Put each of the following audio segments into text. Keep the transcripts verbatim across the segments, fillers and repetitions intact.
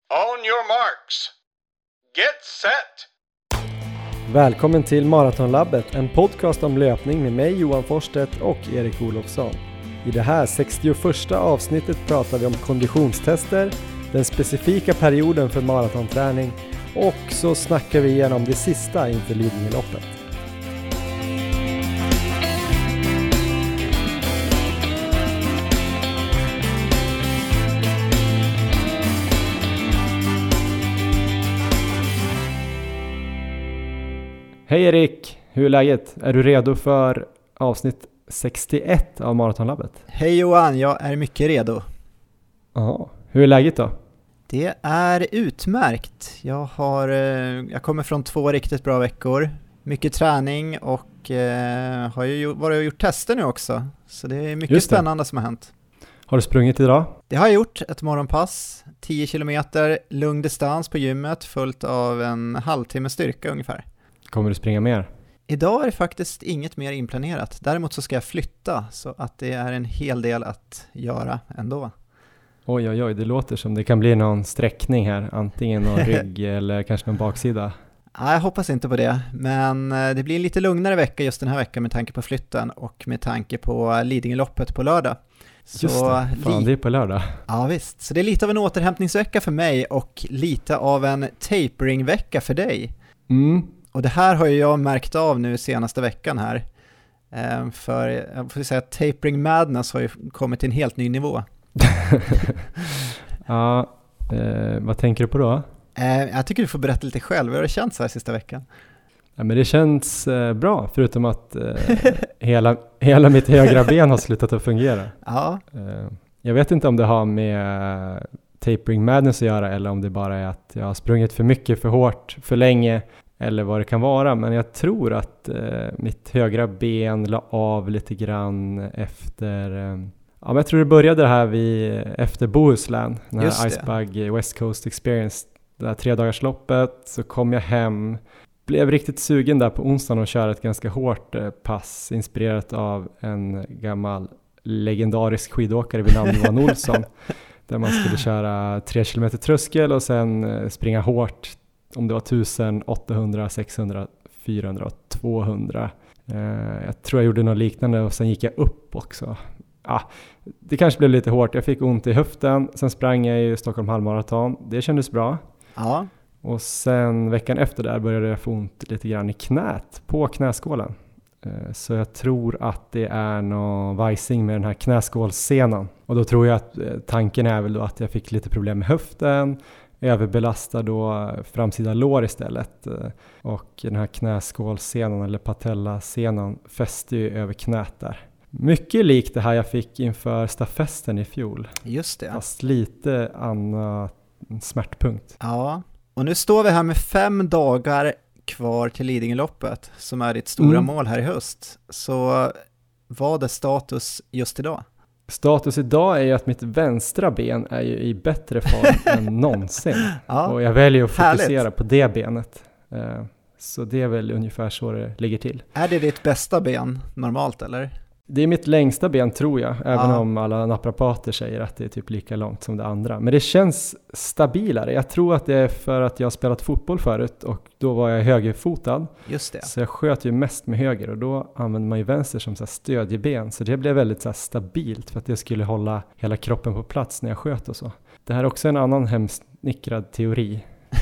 On your marks. Get set! Välkommen till Maratonlabbet, en podcast om löpning med mig Johan Forstedt och Erik Olofsson. I det här sextioförsta avsnittet pratar vi om konditionstester, den specifika perioden för maratonträning och så snackar vi igenom det sista inför Lidingöloppet. Hej Erik, hur är läget? Är du redo för avsnitt sextioett av Maratonlabbet? Hej Johan, jag är mycket redo. Ja, hur är läget då? Det är utmärkt. Jag, har, jag kommer från två riktigt bra veckor. Mycket träning och eh, har ju varit och gjort tester nu också. Så det är mycket spännande som har hänt. Har du sprungit idag? Det har jag gjort, ett morgonpass. tio kilometer, lugn distans på gymmet, fullt av en halvtimme styrka ungefär. Kommer du springa mer? Idag är det faktiskt inget mer inplanerat. Däremot så ska jag flytta så att det är en hel del att göra ändå. Oj, oj, oj. Det låter som det kan bli någon sträckning här. Antingen någon rygg eller kanske någon baksida. Nej, jag hoppas inte på det. Men det blir en lite lugnare vecka just den här veckan med tanke på flytten och med tanke på Lidingöloppet på lördag. Så just det, fan li- det är på lördag. Ja visst, så det är lite av en återhämtningsvecka för mig och lite av en taperingvecka för dig. Mm. Och det här har ju jag märkt av nu senaste veckan här. Ehm, för jag får säga att tapering madness har ju kommit till en helt ny nivå. Ja, eh, vad tänker du på då? Ehm, jag tycker du får berätta lite själv. Hur har det känts så här sista veckan? Ja, men det känns eh, bra, förutom att eh, hela, hela mitt högra ben har slutat att fungera. Ja. Eh, jag vet inte om det har med tapering madness att göra eller om det bara är att jag har sprungit för mycket, för hårt, för länge. Eller vad det kan vara, men jag tror att eh, mitt högra ben la av lite grann efter... Eh, ja, men jag tror det började det här vid, efter Bohuslän, den här Icebug West Coast Experience, det här tre dagars loppet. Så kom jag hem, blev riktigt sugen där på onsdagen att köra ett ganska hårt eh, pass, inspirerat av en gammal legendarisk skidåkare vid namn Johan Olsson, där man skulle köra tre kilometer tröskel och sen eh, springa hårt. Om det var tusen, åttahundra, sexhundra, fyrahundra och tvåhundra. Eh, jag tror jag gjorde något liknande och sen gick jag upp också. Ah, det kanske blev lite hårt. Jag fick ont i höften. Sen sprang jag i Stockholm halvmaraton. Det kändes bra. Ja. Och sen veckan efter där började jag få ont lite grann i knät. På knäskålen. Eh, så jag tror att det är någon vajsing med den här knäskålssenan. Och då tror jag att eh, tanken är väl då att jag fick lite problem med höften. Överbelastar då framsida lår istället, och den här knäskålsenan eller patellasenan fäster ju över knät där. Mycket likt det här jag fick inför stafetten i fjol. Just det. Fast lite annan smärtpunkt. Ja, och nu står vi här med fem dagar kvar till Lidingöloppet som är ditt stora mm. mål här i höst. Så vad är status just idag? Status idag är ju att mitt vänstra ben är ju i bättre form än någonsin. Ja, och jag väljer att fokusera härligt på det benet. Så det är väl ungefär så det ligger till. Är det ditt bästa ben normalt eller? Det är mitt längsta ben tror jag. Även ja. om alla naprapater säger att det är typ lika långt som det andra. Men det känns stabilare. Jag tror att det är för att jag har spelat fotboll förut. Och då var jag högerfotad. Just det. Så jag sköt ju mest med höger. Och då använde man ju vänster som så här stödjeben. Så det blev väldigt så här stabilt. För att det skulle hålla hela kroppen på plats när jag sköt och så. Det här är också en annan hemsnickrad teori.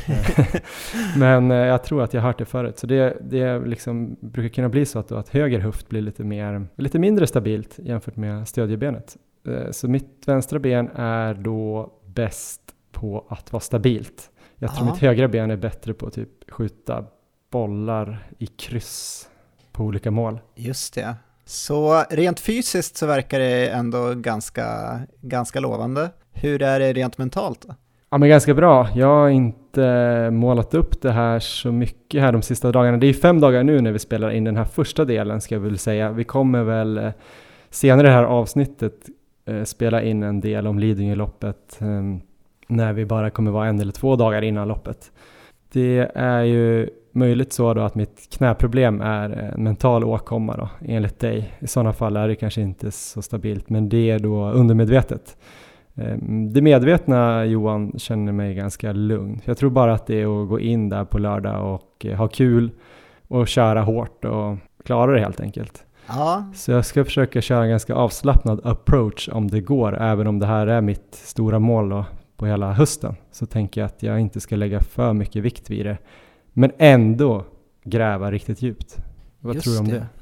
Men eh, jag tror att jag har hört det förut. Så det, det liksom brukar kunna bli så att, då, att höger höft blir lite, mer, lite mindre stabilt jämfört med stödjebenet. Eh, så mitt vänstra ben är då bäst på att vara stabilt. Jag tror Aha. mitt högra ben är bättre på att typ skjuta bollar i kryss på olika mål. Just det. Så rent fysiskt så verkar det ändå ganska, ganska lovande. Hur är det rent mentalt då? Ja, men ganska bra. Jag har inte målat upp det här så mycket här de sista dagarna. Det är fem dagar nu när vi spelar in den här första delen ska jag väl säga. Vi kommer väl senare i det här avsnittet eh, spela in en del om Lidingöloppet eh, när vi bara kommer vara en eller två dagar innan loppet. Det är ju möjligt så då att mitt knäproblem är en mental åkomma då, enligt dig. I sådana fall är det kanske inte så stabilt, men det är då undermedvetet. Det medvetna Johan känner mig ganska lugn. Jag tror bara att det är att gå in där på lördag och ha kul och köra hårt och klara det helt enkelt. Ja. Så jag ska försöka köra en ganska avslappnad approach om det går, även om det här är mitt stora mål då, på hela hösten. Så tänker jag att jag inte ska lägga för mycket vikt vid det, men ändå gräva riktigt djupt. Vad Just tror du om det?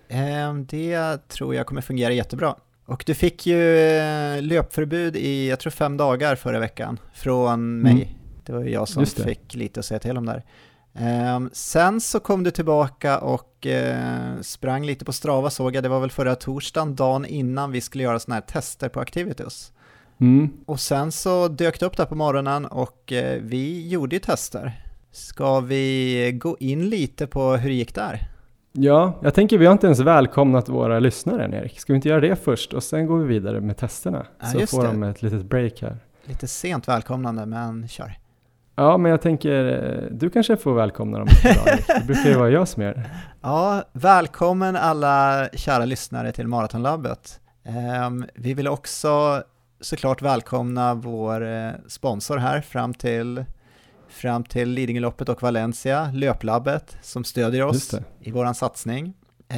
det? Det tror jag kommer fungera jättebra. Och du fick ju löpförbud i, jag tror fem dagar förra veckan från mig. Mm. Det var ju jag som fick lite att säga till om där. Um, sen så kom du tillbaka och uh, sprang lite på Strava, såg jag. Det var väl förra torsdagen, dagen innan vi skulle göra såna här tester på Activitus. Mm. Och sen så dök det upp där på morgonen och uh, vi gjorde ju tester. Ska vi gå in lite på hur det gick där? Ja, jag tänker vi har inte ens välkomnat våra lyssnare än, Erik. Ska vi inte göra det först och sen går vi vidare med testerna? Ja, så får det. de ett litet break här. Lite sent välkomnande, men kör. Ja, men jag tänker, du kanske får välkomna dem idag. Det brukar ju vara jag som gör. Ja, välkommen alla kära lyssnare till Maratonlabbet. Um, vi vill också såklart välkomna vår uh, sponsor här fram till, fram till Lidingöloppet och Valencia, Löplabbet, som stödjer oss i våran satsning.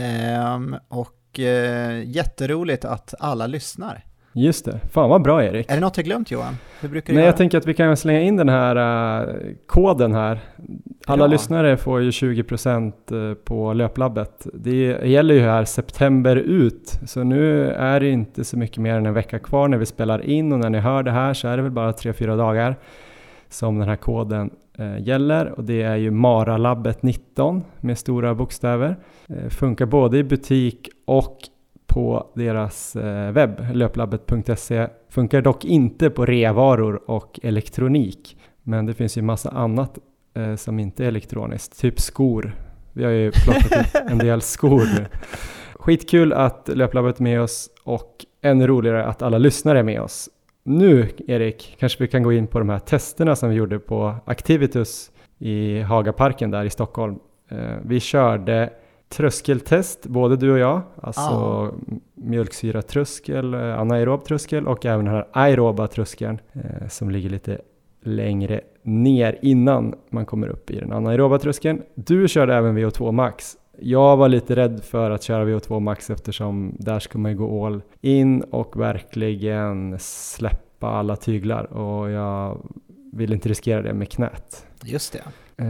Um, och uh, jätteroligt att alla lyssnar. Just det. Fan vad bra, Erik. Är det något jag glömt, Johan? Hur brukar Nej, jag, jag tänker att vi kan slänga in den här uh, koden här. Alla ja. lyssnare får ju tjugo procent på Löplabbet. Det gäller ju här september ut. Så nu är det inte så mycket mer än en vecka kvar när vi spelar in. Och när ni hör det här så är det väl bara tre fyra dagar som den här koden uh, gäller. Och det är ju Maralabbet nitton med stora bokstäver. Uh, funkar både i butik och på deras webb, löplabbet punkt se. Funkar dock inte på revaror och elektronik. Men det finns ju massa annat eh, som inte är elektroniskt. Typ skor. Vi har ju plockat ut en del skor nu. Skitkul att Löplabbet är med oss och ännu roligare att alla lyssnare är med oss. Nu, Erik, kanske vi kan gå in på de här testerna som vi gjorde på Activitus i Hagaparken där i Stockholm. Eh, vi körde tröskeltest, både du och jag, alltså ah. mjölksyratröskel, anaerob tröskel och även den här aeroba tröskeln eh, som ligger lite längre ner innan man kommer upp i den anaeroba tröskeln. Du körde även V O två max. Jag var lite rädd för att köra V O två max eftersom där ska man gå all in och verkligen släppa alla tyglar och jag vill inte riskera det med knät. Just det.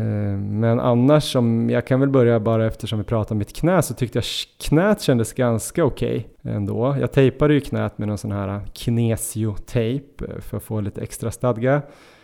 Men annars, som jag kan väl börja bara eftersom vi pratar om mitt knä, så tyckte jag knät kändes ganska okej okay ändå. Jag tejpade ju knät med någon sån här kinesio-tejp för att få lite extra stadga.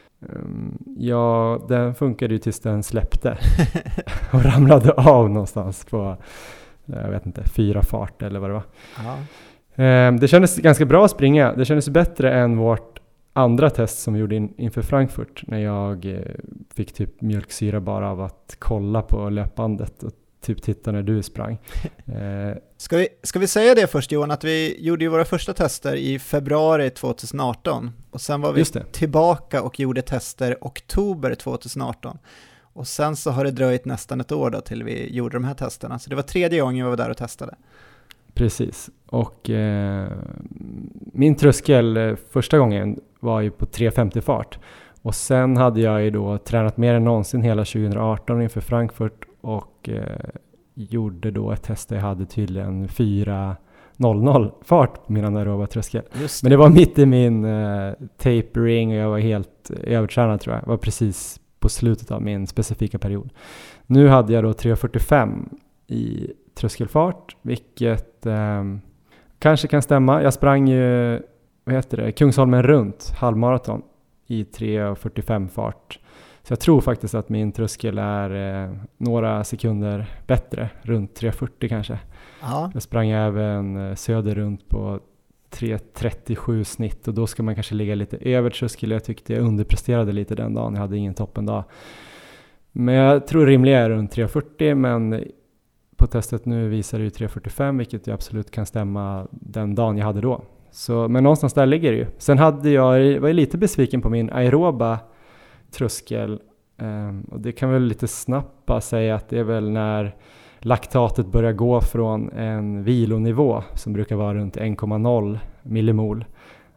Ja, den funkade ju tills den släppte och ramlade av någonstans på, jag vet inte, fyra fart eller vad det var. Ja. Det kändes ganska bra att springa. Det kändes bättre än vårt andra test som vi gjorde in, inför Frankfurt när jag eh, fick typ mjölksyra bara av att kolla på löpbandet och typ titta när du sprang. Eh, ska, vi, ska vi säga det först, Johan, att vi gjorde ju våra första tester i februari tjugoarton och sen var vi tillbaka och gjorde tester oktober tjugoarton och sen så har det dröjt nästan ett år då till vi gjorde de här testerna, så det var tredje gången vi var där och testade. Precis, och eh, min tröskel eh, första gången var ju på tre femtio fart och sen hade jag ju då tränat mer än någonsin hela tjugoarton inför Frankfurt och eh, gjorde då ett test där jag hade tydligen fyra noll noll fart på min anaeroba tröskel. Det. Men det var mitt i min eh, tapering och jag var helt övertränad, tror jag. Det var precis på slutet av min specifika period. Nu hade jag då tre fyrtiofem i tröskelfart, vilket eh, kanske kan stämma. Jag sprang ju, vad heter det, Kungsholmen runt halvmaraton i tre fyrtiofem fart. Så jag tror faktiskt att min tröskel är eh, några sekunder bättre, runt tre fyrtio kanske. Aha. Jag sprang även eh, söder runt på tre trettiosju snitt och då ska man kanske ligga lite över tröskel. Jag tyckte jag underpresterade lite den dagen, jag hade ingen toppendag. Men jag tror rimligt är runt tre fyrtio, men på testet nu visar det ju tre fyrtiofem, vilket ju absolut kan stämma den dagen jag hade då. Så, men någonstans där ligger det ju. Sen hade jag, var jag lite besviken på min aeroba tröskel. Um, och det kan väl lite snabbt bara säga att det är väl när laktatet börjar gå från en vilonivå som brukar vara runt en komma noll millimol.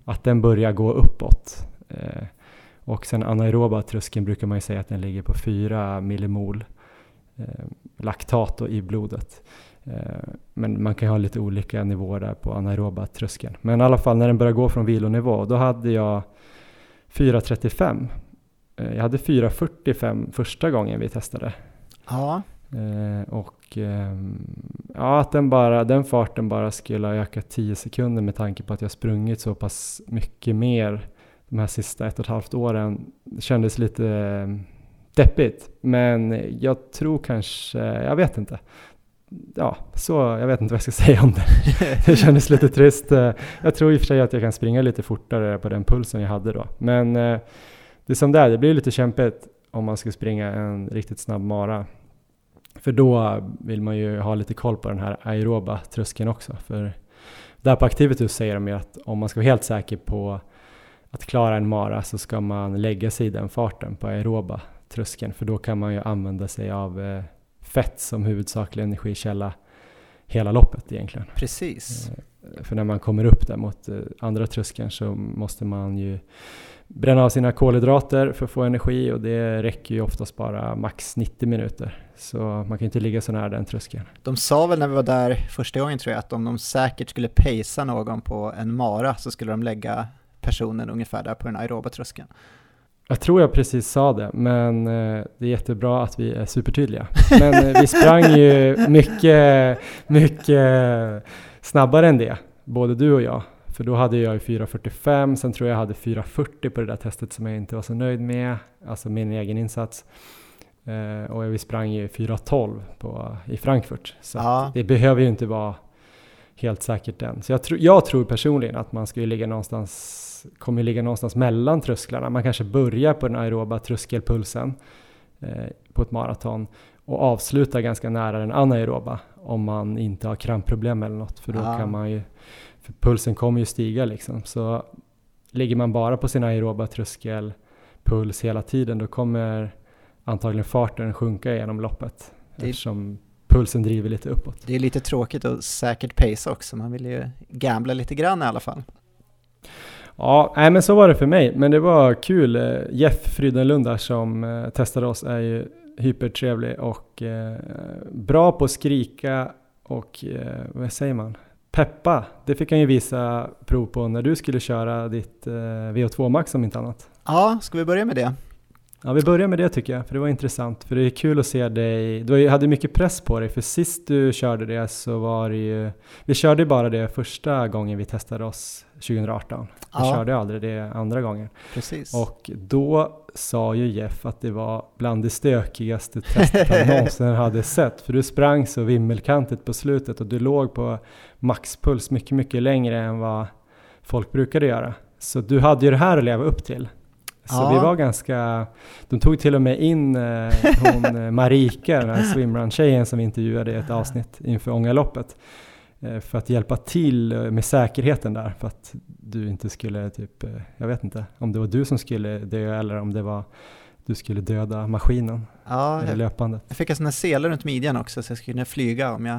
att den börjar gå uppåt. Eh, och sen anaeroba tröskeln brukar man ju säga att den ligger på fyra millimol eh, laktat i blodet. Eh, men man kan ha lite olika nivåer där på anaeroba tröskeln. Men i alla fall när den börjar gå från vilonivå, då hade jag fyra trettiofem. Eh, jag hade fyra fyrtiofem första gången vi testade. Ja. Eh, och eh, ja, att den, bara, den farten bara skulle ha ökat tio sekunder med tanke på att jag sprungit så pass mycket mer de här sista ett och ett halvt åren. Det kändes lite eh, deppigt, men jag tror kanske, jag vet inte. Ja, så jag vet inte vad jag ska säga om det. Det kändes lite trist. Jag tror i och för sig att jag kan springa lite fortare på den pulsen jag hade då. Men eh, det är som det är, det blir lite kämpigt om man ska springa en riktigt snabb mara. För då vill man ju ha lite koll på den här aeroba tröskeln också. För där på Activitus säger de ju att om man ska vara helt säker på att klara en mara så ska man lägga sig i den farten på aeroba tröskeln. För då kan man ju använda sig av eh, fett som huvudsaklig energikälla hela loppet egentligen. Precis. Eh, för när man kommer upp där mot eh, andra tröskeln så måste man ju bränna av sina kolhydrater för att få energi, och det räcker ju oftast bara max nittio minuter. Så man kan inte ligga så nära den tröskeln. De sa väl när vi var där första gången, tror jag, att om de säkert skulle pacea någon på en mara så skulle de lägga personen ungefär där på den aeroba tröskeln. Jag tror jag precis sa det, men eh, det är jättebra att vi är supertydliga. Men eh, vi sprang ju mycket, mycket snabbare än det, både du och jag. För då hade jag ju fyra fyrtiofem, sen tror jag hade fyra fyrtio på det där testet som jag inte var så nöjd med, alltså min egen insats. Eh, och vi sprang ju fyra tolv på, i Frankfurt, så Ja. det behöver ju inte vara helt säkert än. Så jag, tro, jag tror personligen att man skulle ligga någonstans, kommer ligga någonstans mellan trösklarna. Man kanske börjar på den aeroba tröskelpulsen eh, på ett maraton och avslutar ganska nära den anaeroba om man inte har krampproblem eller något. För då Ja. kan man ju, för pulsen kommer ju stiga liksom. Så ligger man bara på sin aeroba tröskelpuls hela tiden, då kommer antagligen farten sjunka genom loppet. Det... Eftersom pulsen driver lite uppåt. Det är lite tråkigt och säkert pace också. Man vill ju gambla lite grann i alla fall. Ja, nej, men så var det för mig. Men det var kul. Jeff Frydenlund som eh, testade oss är ju hypertrevlig och eh, bra på att skrika och eh, vad säger man? Peppa. Det fick han ju visa prov på när du skulle köra ditt eh, V O två Max om inte annat. Ja, ska vi börja med det? Ja, vi börjar med det tycker jag, för det var intressant. För det är kul att se dig. Du hade mycket press på dig, för sist du körde det så var det ju... Vi körde bara det första gången vi testade oss tjugo arton. Vi Ja. körde aldrig det andra gången. Precis. Och då sa ju Jeff att det var bland det stökigaste testet han någonsin hade sett. För du sprang så vimmelkantigt på slutet och du låg på maxpuls mycket, mycket längre än vad folk brukade göra. Så du hade ju det här att leva upp till. Så Ja. vi var ganska... De tog till och med in eh, hon eh, Marika, den här swimrun-tjejen som vi intervjuade i ett avsnitt inför Ångaloppet. Eh, för att hjälpa till eh, med säkerheten där. För att du inte skulle typ... Eh, jag vet inte om det var du som skulle dö eller om det var du skulle döda maskinen. Ja, eller jag, löpandet. jag fick en sån här sele runt midjan också så jag skulle kunna flyga om jag...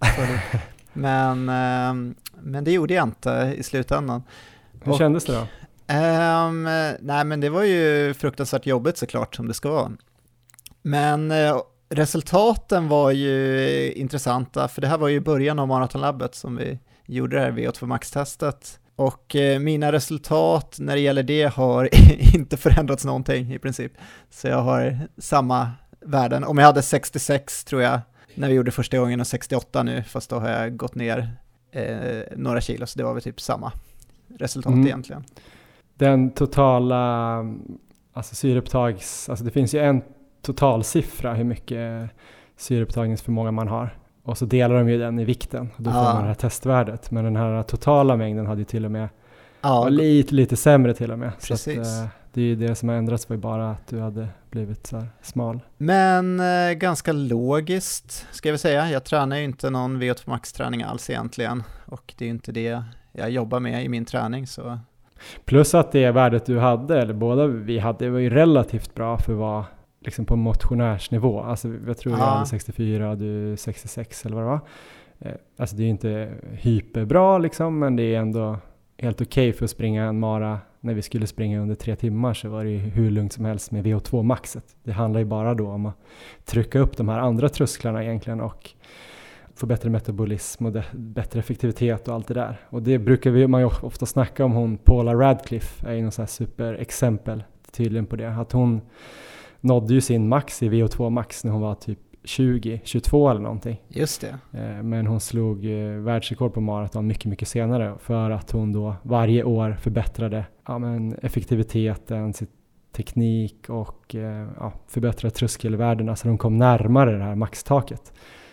men, eh, men det gjorde jag inte i slutändan. Hur Och- kändes det då? Um, nej men det var ju fruktansvärt jobbigt såklart som det ska vara. Men uh, resultaten var ju intressanta, för det här var ju början av maratonlabbet som vi gjorde det här V O två Max-testet. Och uh, mina resultat när det gäller det har inte förändrats någonting i princip. Så jag har samma värden. Om jag hade sextiosex tror jag när vi gjorde första gången och sextioåtta nu, fast då har jag gått ner uh, några kilo, så det var väl typ samma resultat Mm. egentligen. Den totala, alltså syreupptags, alltså det finns ju en totalsiffra hur mycket syreupptagningsförmåga man har. Och så delar de ju den i vikten. Och då får Ja. man det här testvärdet. Men den här totala mängden hade ju till och med, Ja, var lite, lite sämre till och med. Precis. Så att, eh, det är ju det som har ändrats var ju bara att du hade blivit så här smal. men eh, ganska logiskt ska jag väl säga. Jag tränar ju inte någon V O två Max-träning alls egentligen. Och det är ju inte det jag jobbar med i min träning. Så. Plus att det värdet du hade, eller båda vi hade, det var ju relativt bra för att vara liksom på motionärsnivå. Alltså jag tror Ja. jag hade sextiofyra och du sextiosex eller vad det var. Eh, alltså det är ju inte hyperbra liksom, men det är ändå helt okej okay för att springa en mara. När vi skulle springa under tre timmar så var det ju hur lugnt som helst med V O två maxet. Det handlar ju bara då om att trycka upp de här andra trösklarna egentligen och få bättre metabolism och bättre effektivitet och allt det där. Och det brukar vi, man ju ofta snacka om. Hon Paula Radcliffe är ju någon sån här superexempel tydligen på det. Att hon nådde ju sin max i V O två max när hon var typ tjugo, tjugotvå eller någonting. Just det. Men hon slog världsrekord på maraton mycket, mycket senare för att hon då varje år förbättrade ja, men effektiviteten, sin teknik och ja, förbättrade tröskelvärdena så de kom närmare det här maxtaket.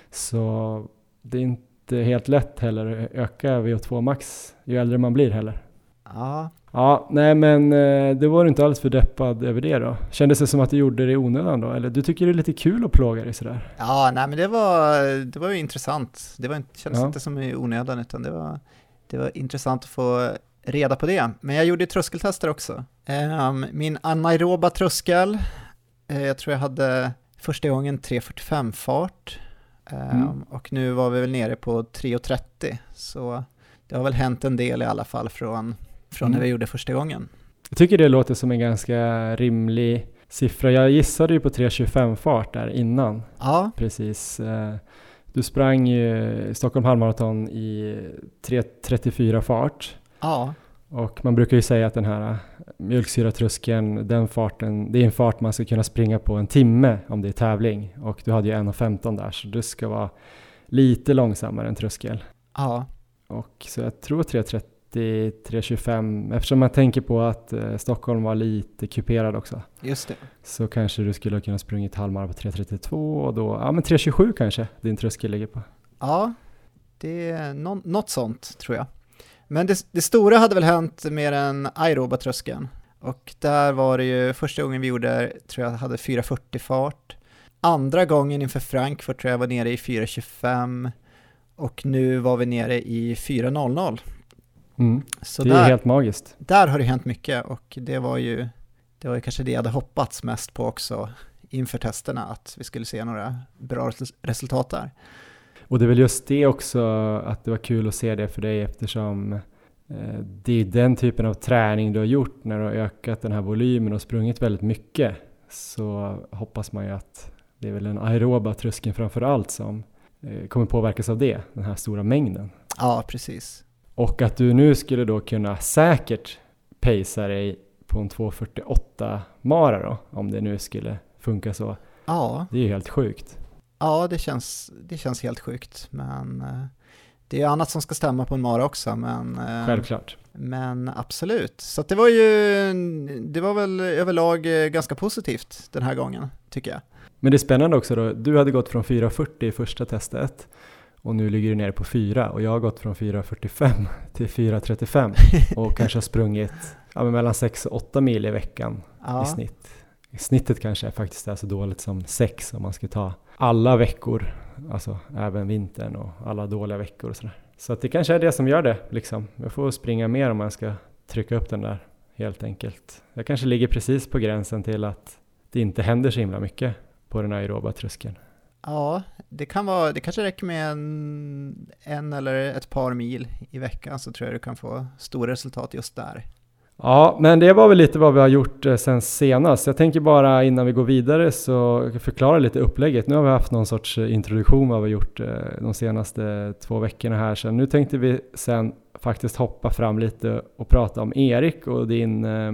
Så det är inte helt lätt heller att öka V O två max ju äldre man blir heller. Ja. Ja, nej men det var inte alls för deppad över det då. Kändes det som att du gjorde det i onödan då? Eller du tycker det är lite kul att plåga dig sådär? Ja, nej men det var, det var ju intressant. Det var inte, kändes ja. inte som i onödan utan det var, det var intressant att få reda på det. Men jag gjorde tröskeltester också. Um, min anaeroba tröskel, uh, jag tror jag hade första gången tre fyrtiofem fart. Um, mm. Och nu var vi väl nere på tre trettio. Så det har väl hänt en del i alla fall från... från när vi gjorde första gången. Jag tycker det låter som en ganska rimlig siffra. Jag gissade ju på tre tjugofem fart där innan. Ja. Precis. Du sprang ju Stockholm halvmaraton i tre trettiofyra fart. Ja. Och man brukar ju säga att den här mjölksyratröskeln, den farten, det är en fart man ska kunna springa på en timme om det är tävling. Och du hade ju en femton där, så du ska vara lite långsammare än tröskel. Ja. Och så jag tror tre trettio tre tjugofem, eftersom man tänker på att eh, Stockholm var lite kuperad också. Just det. Så kanske du skulle kunna sprungit halvmara på tre trettiotvå och då, ja men tre tjugosju kanske din tröskel ligger på. Ja, det är no- något sånt tror jag. Men det, det stora hade väl hänt mer än aeroba tröskeln. Och där var det ju första gången vi gjorde, tror jag hade fyra fyrtio fart. Andra gången inför Frankfurt tror jag var nere i fyra tjugofem och nu var vi nere i fyra noll noll. Mm. Så det är där, helt magiskt. Där har det hänt mycket och det var ju det var ju kanske det jag hade hoppats mest på också inför testerna, att vi skulle se några bra resultat där. Och det är väl just det också, att det var kul att se det för dig eftersom eh, det är den typen av träning du har gjort när du har ökat den här volymen och sprungit väldigt mycket, så hoppas man ju att det är väl den aeroba tröskeln framför allt som eh, kommer påverkas av det, den här stora mängden. Ja, precis. Och att du nu skulle då kunna säkert pacea dig på en två fyrtioåtta mara då, om det nu skulle funka så. Ja. Det är ju helt sjukt. Ja, det känns, det känns helt sjukt. Men eh, det är annat som ska stämma på en mara också. Men, eh, Självklart. Men absolut. Så att det var ju, det var väl överlag ganska positivt den här gången, tycker jag. Men det är spännande också då. Du hade gått från fyra fyrtio i första testet. Och nu ligger du nere på fyra och jag har gått från fyra fyrtiofem till fyra trettiofem och kanske har sprungit ja, mellan sex och åtta mil i veckan ja. i snitt. Snittet kanske är faktiskt är så dåligt som sex om man ska ta alla veckor, alltså även vintern och alla dåliga veckor och sådär. Så att det kanske är det som gör det liksom. Jag får springa mer om man ska trycka upp den där helt enkelt. Jag kanske ligger precis på gränsen till att det inte händer så himla mycket på den aeroba tröskeln. Ja, det kan vara, det kanske räcker med en, en eller ett par mil i veckan, så tror jag du kan få stora resultat just där. Ja, men det var väl lite vad vi har gjort eh, sen senast. Jag tänker bara innan vi går vidare så förklara lite upplägget. Nu har vi haft någon sorts introduktion vad vi har gjort eh, de senaste två veckorna här. Så nu tänkte vi sen faktiskt hoppa fram lite och prata om Erik och din eh,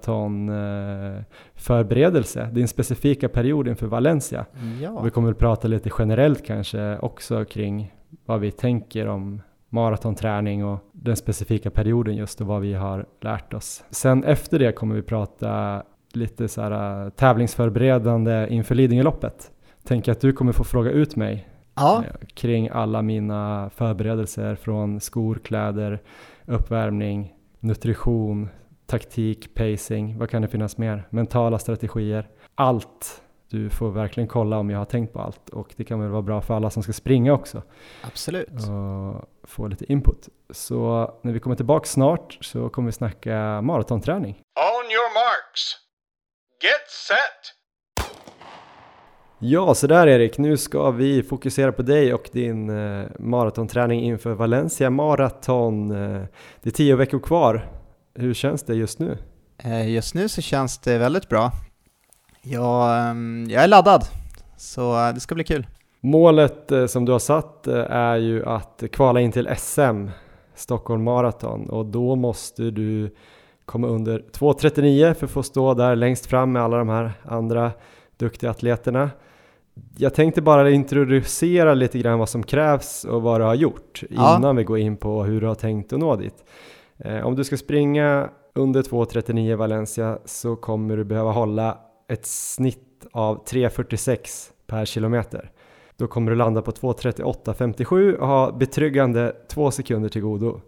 maratonförberedelse, eh, din specifika period inför Valencia. Ja. Och vi kommer att prata lite generellt kanske också kring vad vi tänker om maratonträning och den specifika perioden just och vad vi har lärt oss. Sen efter det kommer vi prata lite så här tävlingsförberedande inför Lidingöloppet. Tänker att du kommer få fråga ut mig ja. kring alla mina förberedelser från skor, kläder, uppvärmning, nutrition, taktik, pacing, vad kan det finnas mer? Mentala strategier, allt. Du får verkligen kolla om jag har tänkt på allt och det kan väl vara bra för alla som ska springa också. Absolut. Och få lite input. Så när vi kommer tillbaka snart så kommer vi snacka maratonträning. On your marks. Get set. Ja, så där Erik, nu ska vi fokusera på dig och din eh, maratonträning inför Valencia Marathon. Eh, det är tio veckor kvar. Hur känns det just nu? Eh, just nu så känns det väldigt bra. Jag, eh, jag är laddad, så det ska bli kul. Målet eh, som du har satt eh, är ju att kvala in till S M, Stockholm Marathon, och då måste du komma under två trettionio för att få stå där längst fram med alla de här andra duktiga atleterna. Jag tänkte bara introducera lite grann vad som krävs och vad du har gjort innan ja. vi går in på hur du har tänkt att nå dit. Eh, om du ska springa under två trettionio i Valencia så kommer du behöva hålla ett snitt av tre fyrtiosex per kilometer. Då kommer du landa på två trettioåtta femtiosju och ha betryggande två sekunder till godo.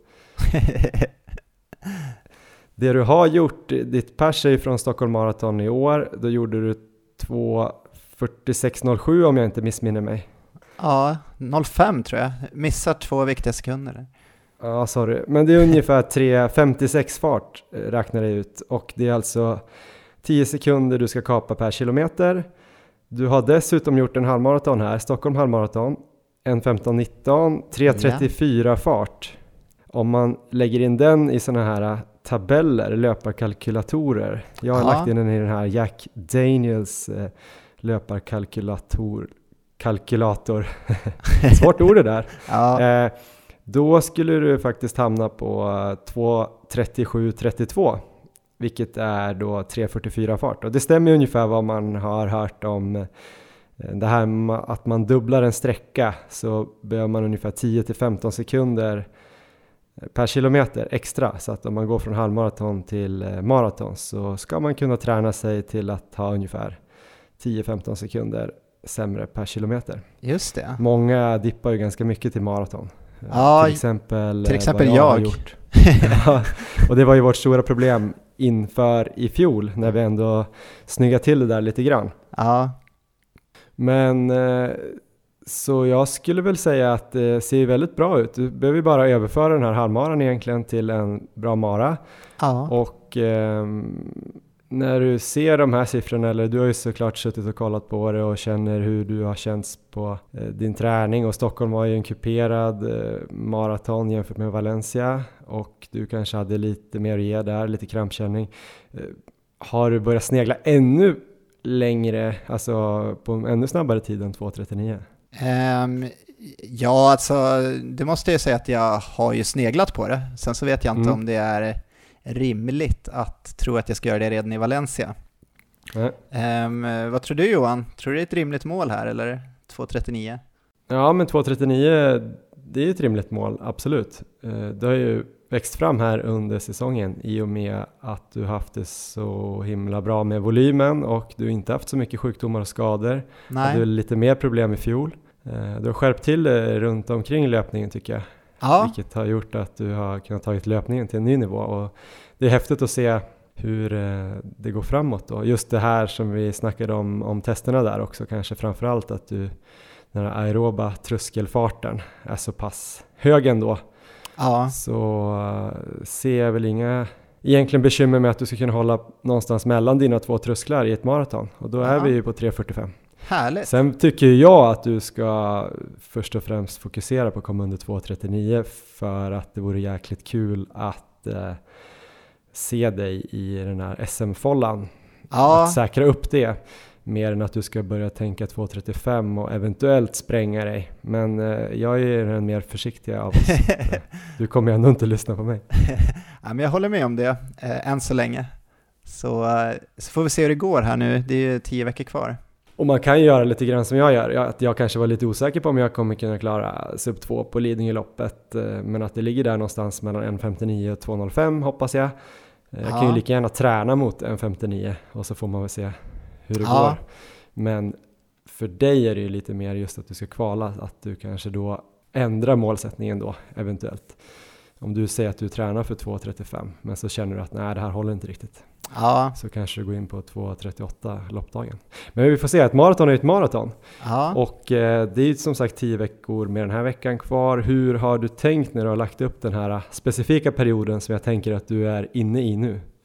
Det du har gjort, ditt pers är från Stockholm Marathon i år, då gjorde du två fyrtiosex noll sju om jag inte missminner mig. Ja, noll fem tror jag. Missar två viktiga sekunder. Ja, sorry. Men det är ungefär tre femtiosex fart räknar det ut. Och det är alltså tio sekunder du ska kapa per kilometer. Du har dessutom gjort en halvmaraton här, Stockholm halvmaraton. en femton nitton, tre trettiofyra fart. Om man lägger in den i såna här tabeller, löparkalkylatorer. Jag har ja. lagt in den i den här Jack Daniels eh, löparkalkylator. Kalkylator. Svårt ord det där. Ja. Eh, då skulle du faktiskt hamna på två trettiosju trettiotvå. Vilket är då tre fyrtiofyra fart. Och det stämmer ungefär vad man har hört om det här att man dubblar en sträcka. Så behöver man ungefär tio till femton sekunder per kilometer extra. Så att om man går från halvmaraton till maraton så ska man kunna träna sig till att ha ungefär tio till femton sekunder sämre per kilometer. Just det. Många dippar ju ganska mycket till maraton. Ja, till exempel, till exempel jag. jag. Har gjort. Ja, och det var ju vårt stora problem inför i fjol när vi ändå snyggade till det där lite grann. Ja. Men så jag skulle väl säga att det ser väldigt bra ut. Du behöver bara överföra den här halvmaran egentligen till en bra mara. Ja. Och eh, när du ser de här siffrorna, eller du har ju såklart suttit och kollat på det och känner hur du har känts på eh, din träning, och Stockholm var ju en kuperad eh, maraton jämfört med Valencia och du kanske hade lite mer att ge där, lite krampkänning. Eh, har du börjat snegla ännu längre, alltså på en ännu snabbare tid än två trettionio? Um, ja, alltså det måste jag säga att jag har ju sneglat på det. Sen så vet jag inte mm. om det är rimligt att tro att jag ska göra det redan i Valencia. Um, vad tror du, Johan? Tror du det är ett rimligt mål här eller två trettionio? Ja, men två trettionio, det är ett rimligt mål, absolut. Det har ju växt fram här under säsongen i och med att du haft det så himla bra med volymen och du inte haft så mycket sjukdomar och skador. Nej. Du har lite mer problem i fjol. Du har skärpt till det runt omkring löpningen tycker jag. Ja. Vilket har gjort att du har kunnat tagit löpningen till en ny nivå. Och det är häftigt att se hur det går framåt då. Just det här som vi snackade om, om testerna där också, kanske framförallt att du, den här aeroba tröskelfarten är så pass hög ändå. Ja. Så uh, ser jag väl inga egentligen bekymmer med att du ska kunna hålla någonstans mellan dina två trösklar i ett maraton. Och då ja. är vi ju på tre fyrtiofem. Härligt. Sen tycker jag att du ska först och främst fokusera på att komma under två trettionio för att det vore jäkligt kul att uh, se dig i den här S M-follan. Ja. Att säkra upp det. Mer än att du ska börja tänka två trettiofem och eventuellt spränga dig. Men eh, jag är den mer försiktiga av oss. Du kommer ändå inte lyssna på mig. Ja, men jag håller med om det, eh, än så länge. Så, eh, så får vi se hur det går här nu. Det är ju tio veckor kvar. Och man kan ju göra lite grann som jag gör. Jag, att jag kanske var lite osäker på om jag kommer kunna klara sub två på Lidingö-loppet. Eh, men att det ligger där någonstans mellan en femtionio och två noll fem hoppas jag. Eh, jag ja. kan ju lika gärna träna mot en femtionio och så får man väl se hur det ja. går. Men för dig är det ju lite mer just att du ska kvala, att du kanske då ändrar målsättningen då eventuellt. Om du säger att du tränar för två trettiofem men så känner du att nej, det här håller inte riktigt. Ja. Så kanske du går in på två trettioåtta loppdagen. Men vi får se, ett maraton är ett maraton. Ja. Och eh, det är ju som sagt tio veckor med den här veckan kvar. Hur har du tänkt när du har lagt upp den här specifika perioden som jag tänker att du är inne i nu?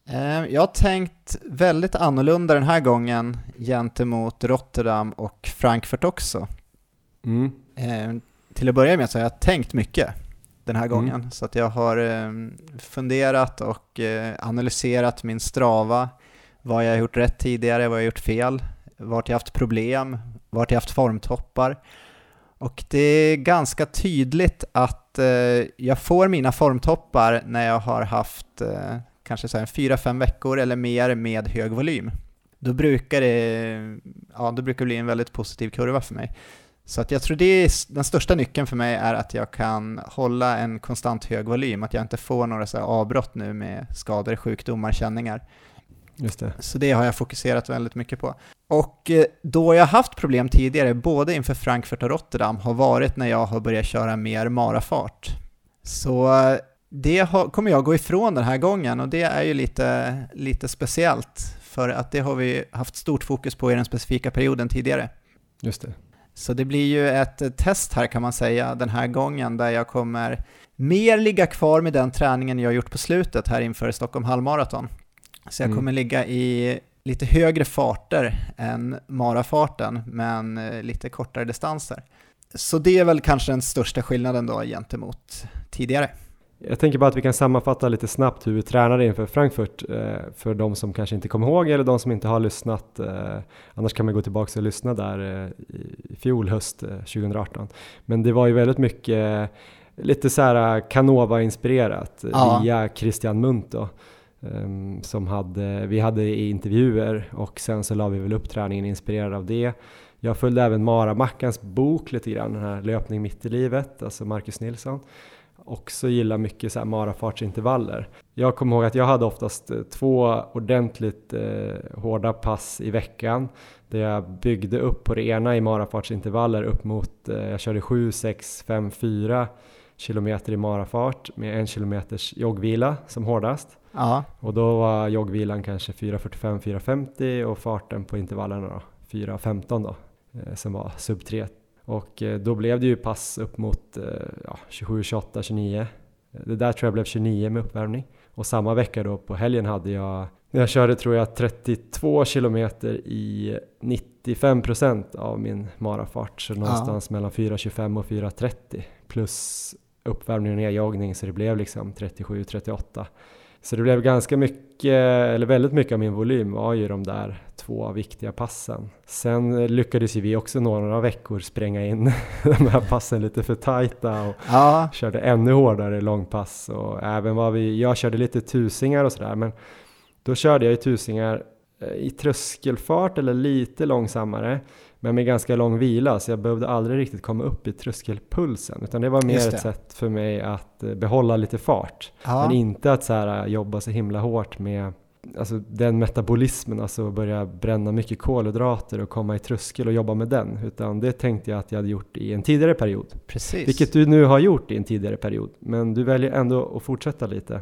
Jag har tänkt väldigt annorlunda den här gången gentemot Rotterdam och Frankfurt också. Mm. Eh, till att börja med så har jag tänkt mycket den här gången. Mm. Så att jag har eh, funderat och eh, analyserat min Strava. Vad jag har gjort rätt tidigare, vad jag har gjort fel. Vart jag haft problem, vart jag haft formtoppar. Och det är ganska tydligt att eh, jag får mina formtoppar när jag har haft eh, kanske så här fyra fem veckor eller mer med hög volym. Då brukar det, ja, då brukar det bli en väldigt positiv kurva för mig. Så att jag tror det är den största nyckeln för mig är att jag kan hålla en konstant hög volym. Att jag inte får några så här avbrott nu med skador, sjukdomar, känningar. Just det. Så det har jag fokuserat väldigt mycket på. Och då jag haft problem tidigare, både inför Frankfurt och Rotterdam, har varit när jag har börjat köra mer marafart. Så det har, kommer jag gå ifrån den här gången och det är ju lite, lite speciellt. För att det har vi haft stort fokus på i den specifika perioden tidigare. Just det. Så det blir ju ett test här kan man säga den här gången där jag kommer mer ligga kvar med den träningen jag gjort på slutet här inför Stockholm halvmaraton. Så jag kommer mm. ligga i lite högre farter än marafarten men lite kortare distanser. Så det är väl kanske den största skillnaden då gentemot tidigare. Jag tänker bara att vi kan sammanfatta lite snabbt hur vi tränade inför Frankfurt eh, för de som kanske inte kommer ihåg eller de som inte har lyssnat. Eh, annars kan man gå tillbaka och lyssna där eh, i fjol höst eh, tjugo arton. Men det var ju väldigt mycket eh, lite så här Canova-inspirerat ja. via Christian Munt då, eh, som hade, vi hade i intervjuer och sen så la vi väl upp träningen inspirerad av det. Jag följde även Mara Mackans bok lite grann, den här löpning mitt i livet, alltså Marcus Nilsson. Också gillar mycket så här marafartsintervaller. Jag kommer ihåg att jag hade oftast två ordentligt eh, hårda pass i veckan. Där jag byggde upp på det ena i marafartsintervaller upp mot, eh, jag körde sju, sex, fem, fyra kilometer i marafart med en kilometers joggvila som hårdast. Ja. Och då var joggvilan kanske fyra fyrtiofem, fyra femtio och farten på intervallerna då, fyra femton då, eh, som var sub tre. Och då blev det ju pass upp mot ja, tjugosju, tjugoåtta, tjugonio. Det där tror jag blev tjugonio med uppvärmning. Och samma vecka då på helgen hade jag, jag körde tror jag trettiotvå kilometer i nittiofem procent av min marafart. Så någonstans ja. mellan fyra tjugofem och fyra trettio. Plus uppvärmning och nedjoggning så det blev liksom trettiosju, trettioåtta. Så det blev ganska mycket, eller väldigt mycket av min volym var ju de där två viktiga passen. Sen lyckades ju vi också några veckor spränga in de här passen lite för tajta och ja. körde ännu hårdare långpass. Och även var vi, jag körde lite tusingar och sådär, men då körde jag i tusingar i tröskelfart eller lite långsammare. Men med ganska lång vila, så jag behövde aldrig riktigt komma upp i tröskelpulsen. Utan det var mer ett sätt för mig att behålla lite fart. Ja. Men inte att så här, jobba så himla hårt med alltså, den metabolismen. Alltså börja bränna mycket kolhydrater och komma i tröskel och jobba med den. Utan det tänkte jag att jag hade gjort i en tidigare period. Precis. Vilket du nu har gjort i en tidigare period. Men du väljer ändå att fortsätta lite.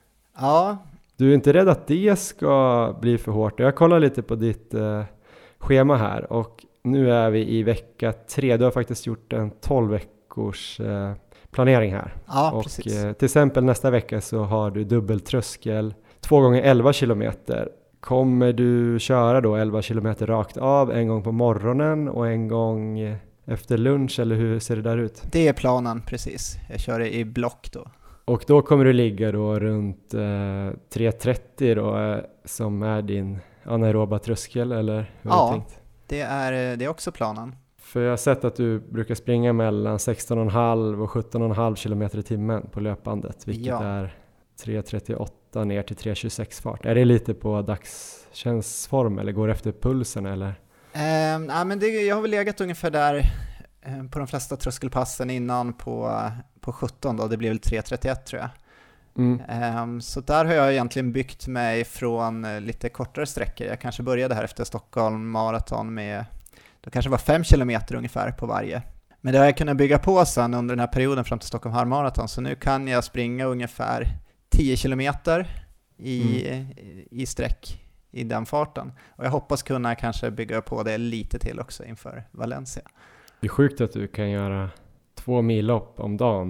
Ja. Du är inte rädd att det ska bli för hårt? Jag kollar lite på ditt eh, schema här och nu är vi i vecka tre. Du har faktiskt gjort en tolv veckors eh, planering här. Ja, och precis. Eh, till exempel nästa vecka så har du dubbeltröskel två gånger elva kilometer. Kommer du köra då elva kilometer rakt av en gång på morgonen och en gång efter lunch eller hur ser det där ut? Det är planen, precis. Jag kör det i block då. Och då kommer du ligga då runt eh, tre trettio då eh, som är din anaeroba tröskel eller hur ja. har du tänkt? Det är, det är också planen. För jag har sett att du brukar springa mellan sexton komma fem och sjutton komma fem kilometer i timmen på löpbandet. Vilket ja. är tre trettioåtta ner till tre tjugosex fart. Är det lite på dagstjänstform eller går det efter pulsen eller? Eh, nej, men det, jag har väl legat ungefär där eh, på de flesta tröskelpassen innan på, på sjutton då. Det blev väl tre trettioett tror jag. Mm. Um, så där har jag egentligen byggt mig från uh, lite kortare sträckor. Jag kanske började här efter Stockholm maraton med, då kanske var fem kilometer ungefär på varje. Men det har jag kunnat bygga på sen under den här perioden fram till Stockholm halvmaraton. Så nu kan jag springa ungefär tio kilometer i, mm. i, i sträck i den farten. Och jag hoppas kunna kanske bygga på det lite till också inför Valencia. Det är sjukt att du kan göra två millopp om dagen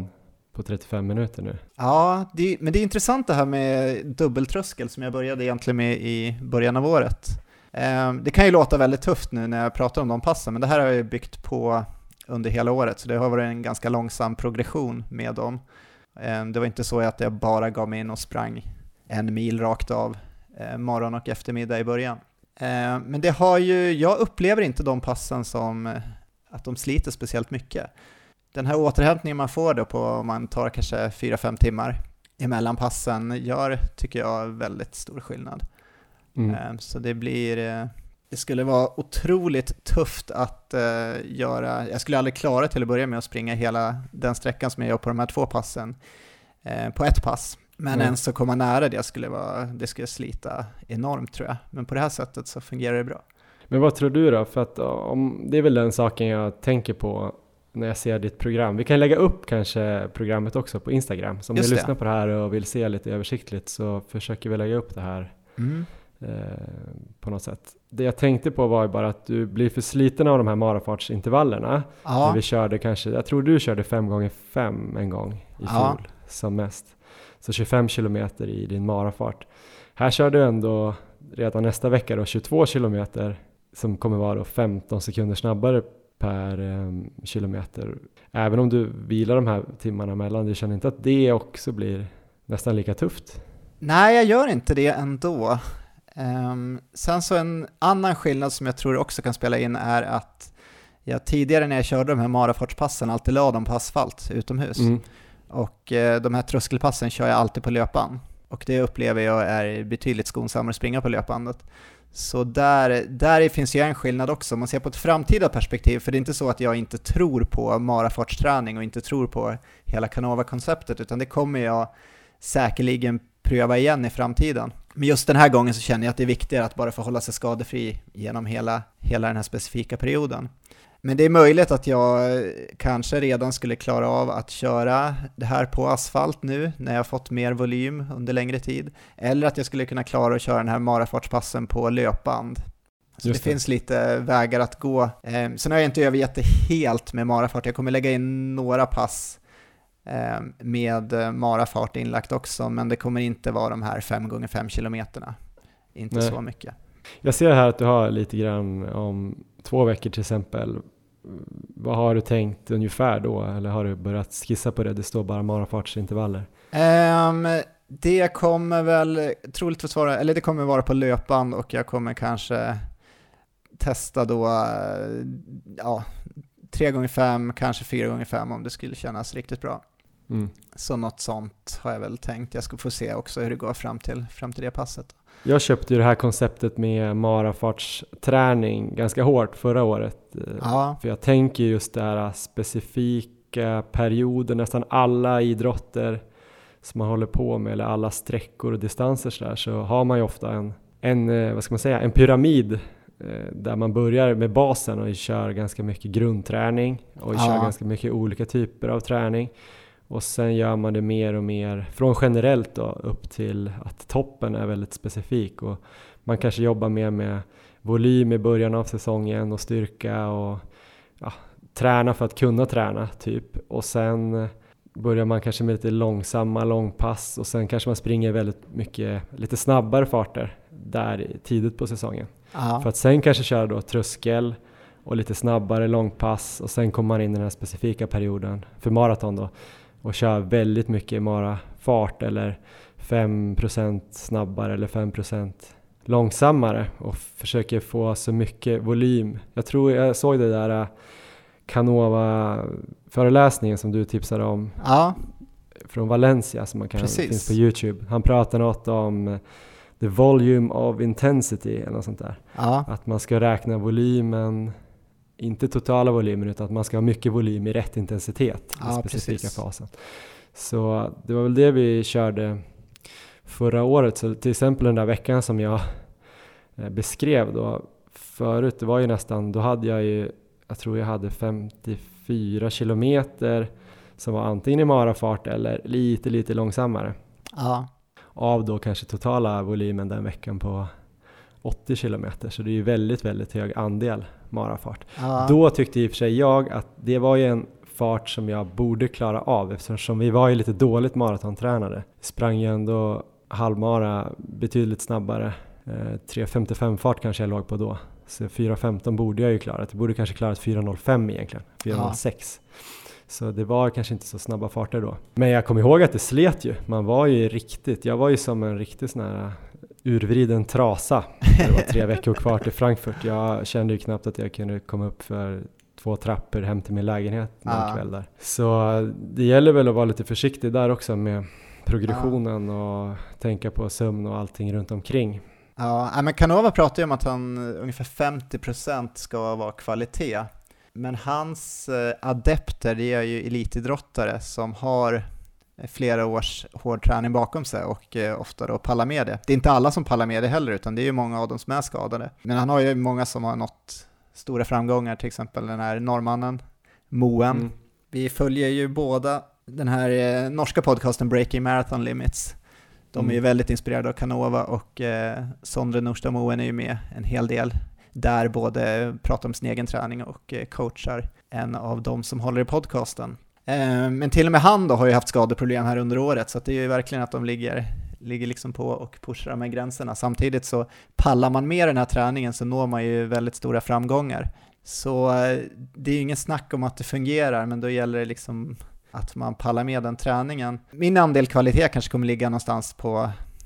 på trettiofem minuter nu. Ja, det, men det är intressant det här med dubbeltröskel som jag började egentligen med i början av året. Eh, det kan ju låta väldigt tufft nu när jag pratar om de passen, men det här har jag byggt på under hela året, så det har varit en ganska långsam progression med dem. Eh, det var inte så att jag bara gav mig in och sprang en mil rakt av eh, morgon och eftermiddag i början. Eh, men det har ju, jag upplever inte de passen som eh, att de sliter speciellt mycket. Den här återhämtningen man får då på, om man tar kanske fyra fem timmar emellan passen, gör, tycker jag, väldigt stor skillnad. Mm. Eh, så det blir, eh, det skulle vara otroligt tufft att eh, göra, jag skulle aldrig klara till att börja med att springa hela den sträckan som jag gör på de här två passen eh, på ett pass. Men mm. ens att komma nära det skulle, vara, det skulle slita enormt, tror jag. Men på det här sättet så fungerar det bra. Men vad tror du då? För att om, det är väl den saken jag tänker på när jag ser ditt program. Vi kan lägga upp kanske programmet också på Instagram. Så om ni lyssnar på det här och vill se lite översiktligt så försöker vi lägga upp det här mm. eh, på något sätt. Det jag tänkte på var ju bara att du blir för sliten av de här marafartsintervallerna. Ja. När vi körde kanske, jag tror du körde fem gånger fem en gång i ja. fjol som mest. Så tjugofem kilometer i din marafart. Här kör du ändå redan nästa vecka då tjugotvå kilometer som kommer vara då femton sekunder snabbare per um, kilometer. Även om du vilar de här timmarna mellan, du känner inte att det också blir nästan lika tufft? Nej, jag gör inte det ändå. Um, sen så en annan skillnad som jag tror också kan spela in är att jag tidigare när jag körde de här marafartspassen alltid la dem på asfalt utomhus. Mm. Och eh, de här tröskelpassen kör jag alltid på löpan. Och det upplever jag är betydligt skonsammare att springa på löpbandet. Så där, där finns ju en skillnad också. Man ser på ett framtida perspektiv, för det är inte så att jag inte tror på marafartsträning och inte tror på hela Canova-konceptet, utan det kommer jag säkerligen pröva igen i framtiden. Men just den här gången så känner jag att det är viktigare att bara få hålla sig skadefri genom hela, hela den här specifika perioden. Men det är möjligt att jag kanske redan skulle klara av att köra det här på asfalt nu när jag fått mer volym under längre tid. Eller att jag skulle kunna klara att köra den här marafartspassen på löpband. Så det, det finns lite vägar att gå. Eh, sen har jag inte övergett det helt med marafart. Jag kommer lägga in några pass eh, med marafart inlagt också. Men det kommer inte vara de här fem gånger fem kilometerna. Inte Nej. så mycket. Jag ser här att du har lite grann om två veckor till exempel. Vad har du tänkt ungefär då? Eller har du börjat skissa på det? Det står bara marafartsintervaller. Um, det kommer väl troligtvis vara, eller det kommer vara på löpband, och jag kommer kanske testa då ja, tre gånger fem, kanske fyra gånger fem om det skulle kännas riktigt bra. Mm. Så något sånt har jag väl tänkt. Jag ska få se också hur det går fram till, fram till det passet. Jag köpte ju det här konceptet med marafartsträning ganska hårt förra året. Ja. För jag tänker just det här specifika perioder, nästan alla idrotter som man håller på med, eller alla sträckor och distanser så där, så har man ju ofta en, en, vad ska man säga, en pyramid där man börjar med basen och kör ganska mycket grundträning och ja. kör ganska mycket olika typer av träning. Och sen gör man det mer och mer från generellt då, upp till att toppen är väldigt specifik. Och man kanske jobbar mer med volym i början av säsongen och styrka och ja, träna för att kunna träna typ. Och sen börjar man kanske med lite långsamma långpass och sen kanske man springer väldigt mycket lite snabbare farter där tidigt på säsongen. Aha. För att sen kanske köra då tröskel och lite snabbare långpass och sen kommer man in i den här specifika perioden för maraton då. Och kör väldigt mycket marafart eller fem procent snabbare eller fem procent långsammare och försöker få så mycket volym. Jag tror jag såg det där Canova-föreläsningen som du tipsade om ja. från Valencia som man kan finns på YouTube. Han pratar något om the volume of intensity eller något sånt där. Ja. Att man ska räkna volymen, inte totala volymen, utan att man ska ha mycket volym i rätt intensitet i ja, specifika precis. fasen. Så det var väl det vi körde förra året. Så till exempel den där veckan som jag beskrev då förut, det var ju nästan, då hade jag ju, jag tror jag hade femtiofyra kilometer som var antingen i marafart eller lite, lite långsammare. Ja. Av då kanske totala volymen den veckan på åttio kilometer, så det är ju väldigt, väldigt hög andel marafart. Ja. Då tyckte i och för sig jag att det var ju en fart som jag borde klara av, eftersom vi var ju lite dåligt maratontränade. Sprang ju ändå halvmara betydligt snabbare. Eh, tre femtiofem fart kanske jag låg på då. Så fyra femton borde jag ju klara. Jag borde kanske klara ett fyra noll fem egentligen. fyra noll sex. Ja. Så det var kanske inte så snabba farter då. Men jag kommer ihåg att det slet ju. Man var ju riktigt, jag var ju som en riktig sån här urvriden trasa. Det var tre veckor kvar till Frankfurt. Jag kände ju knappt att jag kunde komma upp för två trappor hem till min lägenhet någon ja. kväll där. Så det gäller väl att vara lite försiktig där också med progressionen ja. och tänka på sömn och allting runt omkring. Ja, men Canova pratar ju om att han ungefär femtio procent ska vara kvalitet. Men hans adepter, det är ju elitidrottare som har flera års hård träning bakom sig och ofta då pallar med det. Det är inte alla som pallar med det heller, utan det är ju många av dem som är skadade. Men han har ju många som har nått stora framgångar, till exempel den här norrmannen Moen. Mm. Vi följer ju båda den här norska podcasten Breaking Marathon Limits. De är ju mm. väldigt inspirerade av Canova och eh, Sondre Nordstad Moen är ju med en hel del. Där både pratar om sin egen träning och eh, coachar en av dem som håller i podcasten. Eh, men till och med han då har ju haft skadeproblem här under året, så att det är ju verkligen att de ligger, ligger liksom på och pushar med gränserna. Samtidigt så pallar man med den här träningen så når man ju väldigt stora framgångar. Så eh, det är ju ingen snack om att det fungerar, men då gäller det liksom att man pallar med den träningen. Min andel kvalitet kanske kommer ligga någonstans på